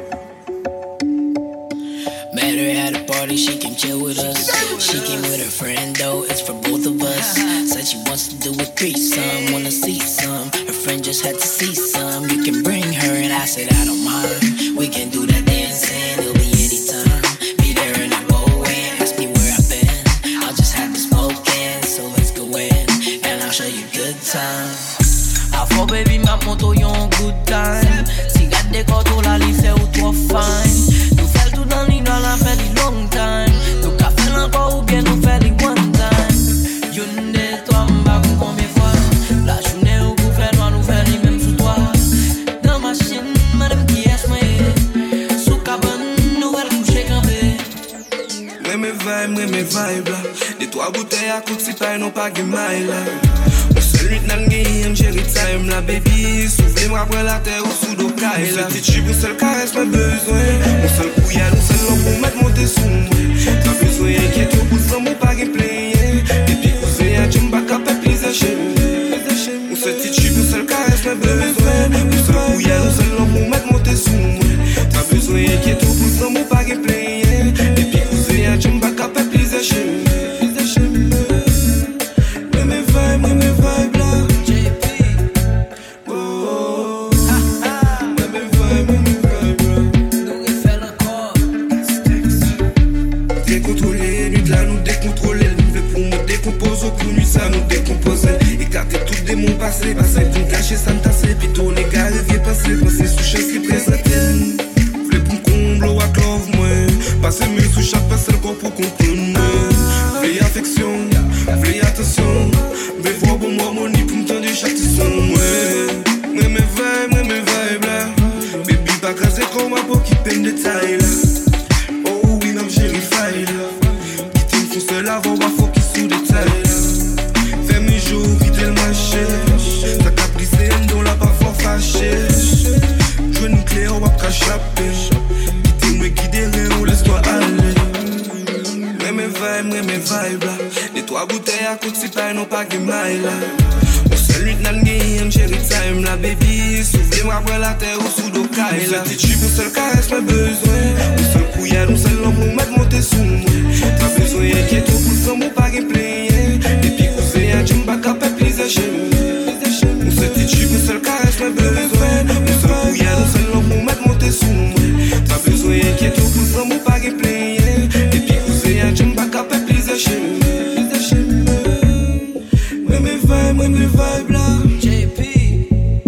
Met her at a party, she can chill with us. She came with her friend though, it's for both of us. Said she wants to do a threesome, wanna see some. Her friend just had to see some. You can bring her and I said I don't mind. We can do that dancing, it'll be anytime. Be there and I go in, ask me where I've been. I'll just have to smoke in, so let's go in and I'll show you good time. I for baby ma moto yon good time. Si gade koto la li fe ou trop fine. Nou fel tout dans li dans la fe li long time. Nou ka fel encore ou bien nou fe li one time. Yon de toi mba kon combien fois. La journée ou pou fe noir nou fe li même sous toi. Dans machine madame qui est moi. Sous cabane nou el coucher campé. Mwen me vibe, mwen me vibe la. De trois bouteilles à coup de sipay non pas gemaille la. Celui nan gen chéri time la baby. Soufflez-moi après la terre ou sous d'eau caille la. Petite chip, une seule caresse m'a besoin. Une seule couillade, une seule lampe pour mettre monter sous moi. T'as besoin inquiète au bout de l'amour pas gen player. Depuis cousin y'a j'aime pas qu'à faire plaisir chez nous. Une seule petite chip, une seule caresse m'a besoin. Une seule couillade, une seule lampe pour mettre monter sous moi. T'as besoin inquiète au bout de l'amour pas gen player. Depuis cousin y'a j'aime pas qu'à faire plaisir chez nous. Mwen me vibe, mwen me vibe la. Décontrôler, nuit de la nous décontrôler. Nous veut pour nous décompose au coup, nuit ça nous décompose. Écarter tout démon passé, passer pour cacher ça me tasser. Puis tourner gare et vieux passer, passer sous chaise qui présente. Voulez pour me combler ou à clove, moi. Passer mieux sous chaque passe le corps pour comprendre. Voulez affection, voulez attention. Voulez voir pour moi mon nid pour me tendre chaque son. Ouais, moi me vibe, moi me vibe là. Baby pas crasé comme ma peau qui peine de taille là. Oh oui, même chérie faille là. Quitte une fausse avant, ma faut qui sous des tailles là. Fais mes jours, vite elle marche. Ta capricée, on l'a pas fort fâché. Jouer une clé, on va pas chaper. Quitte me guider, on laisse-toi aller. Moi me vibe, moi me vibe là. Les trois bouteilles à coup de sipay non pas gemaille là. Celui de nan gen chéri time la baby. Soufflez-moi après la terre ou sous d'eau caille la. Petite chip, une seule caresse m'a besoin. Une seule couillade, une seule lampe pour mettre monter sous moi. T'as besoin inquiète au bout de l'amour pas gen player. Depuis cousin y'a j'aime pas qu'à faire plaisir chez nous. Une seule petite chip, une seule caresse m'a besoin. Une seule couillade, une seule lampe pour mettre monter sous moi. T'as besoin inquiète au bout de l'amour pas gen player. Depuis cousin y'a j'aime pas qu'à faire plaisir chez nous. Moi me vibe, moi me vibe là. J P.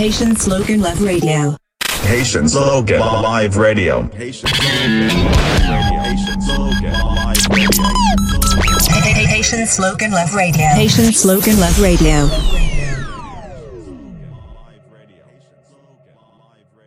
Haitian Slogan Love Radio. Haitian Slogan Live Radio. Haitian Slogan Love Radio. Haitian Slogan Love Radio.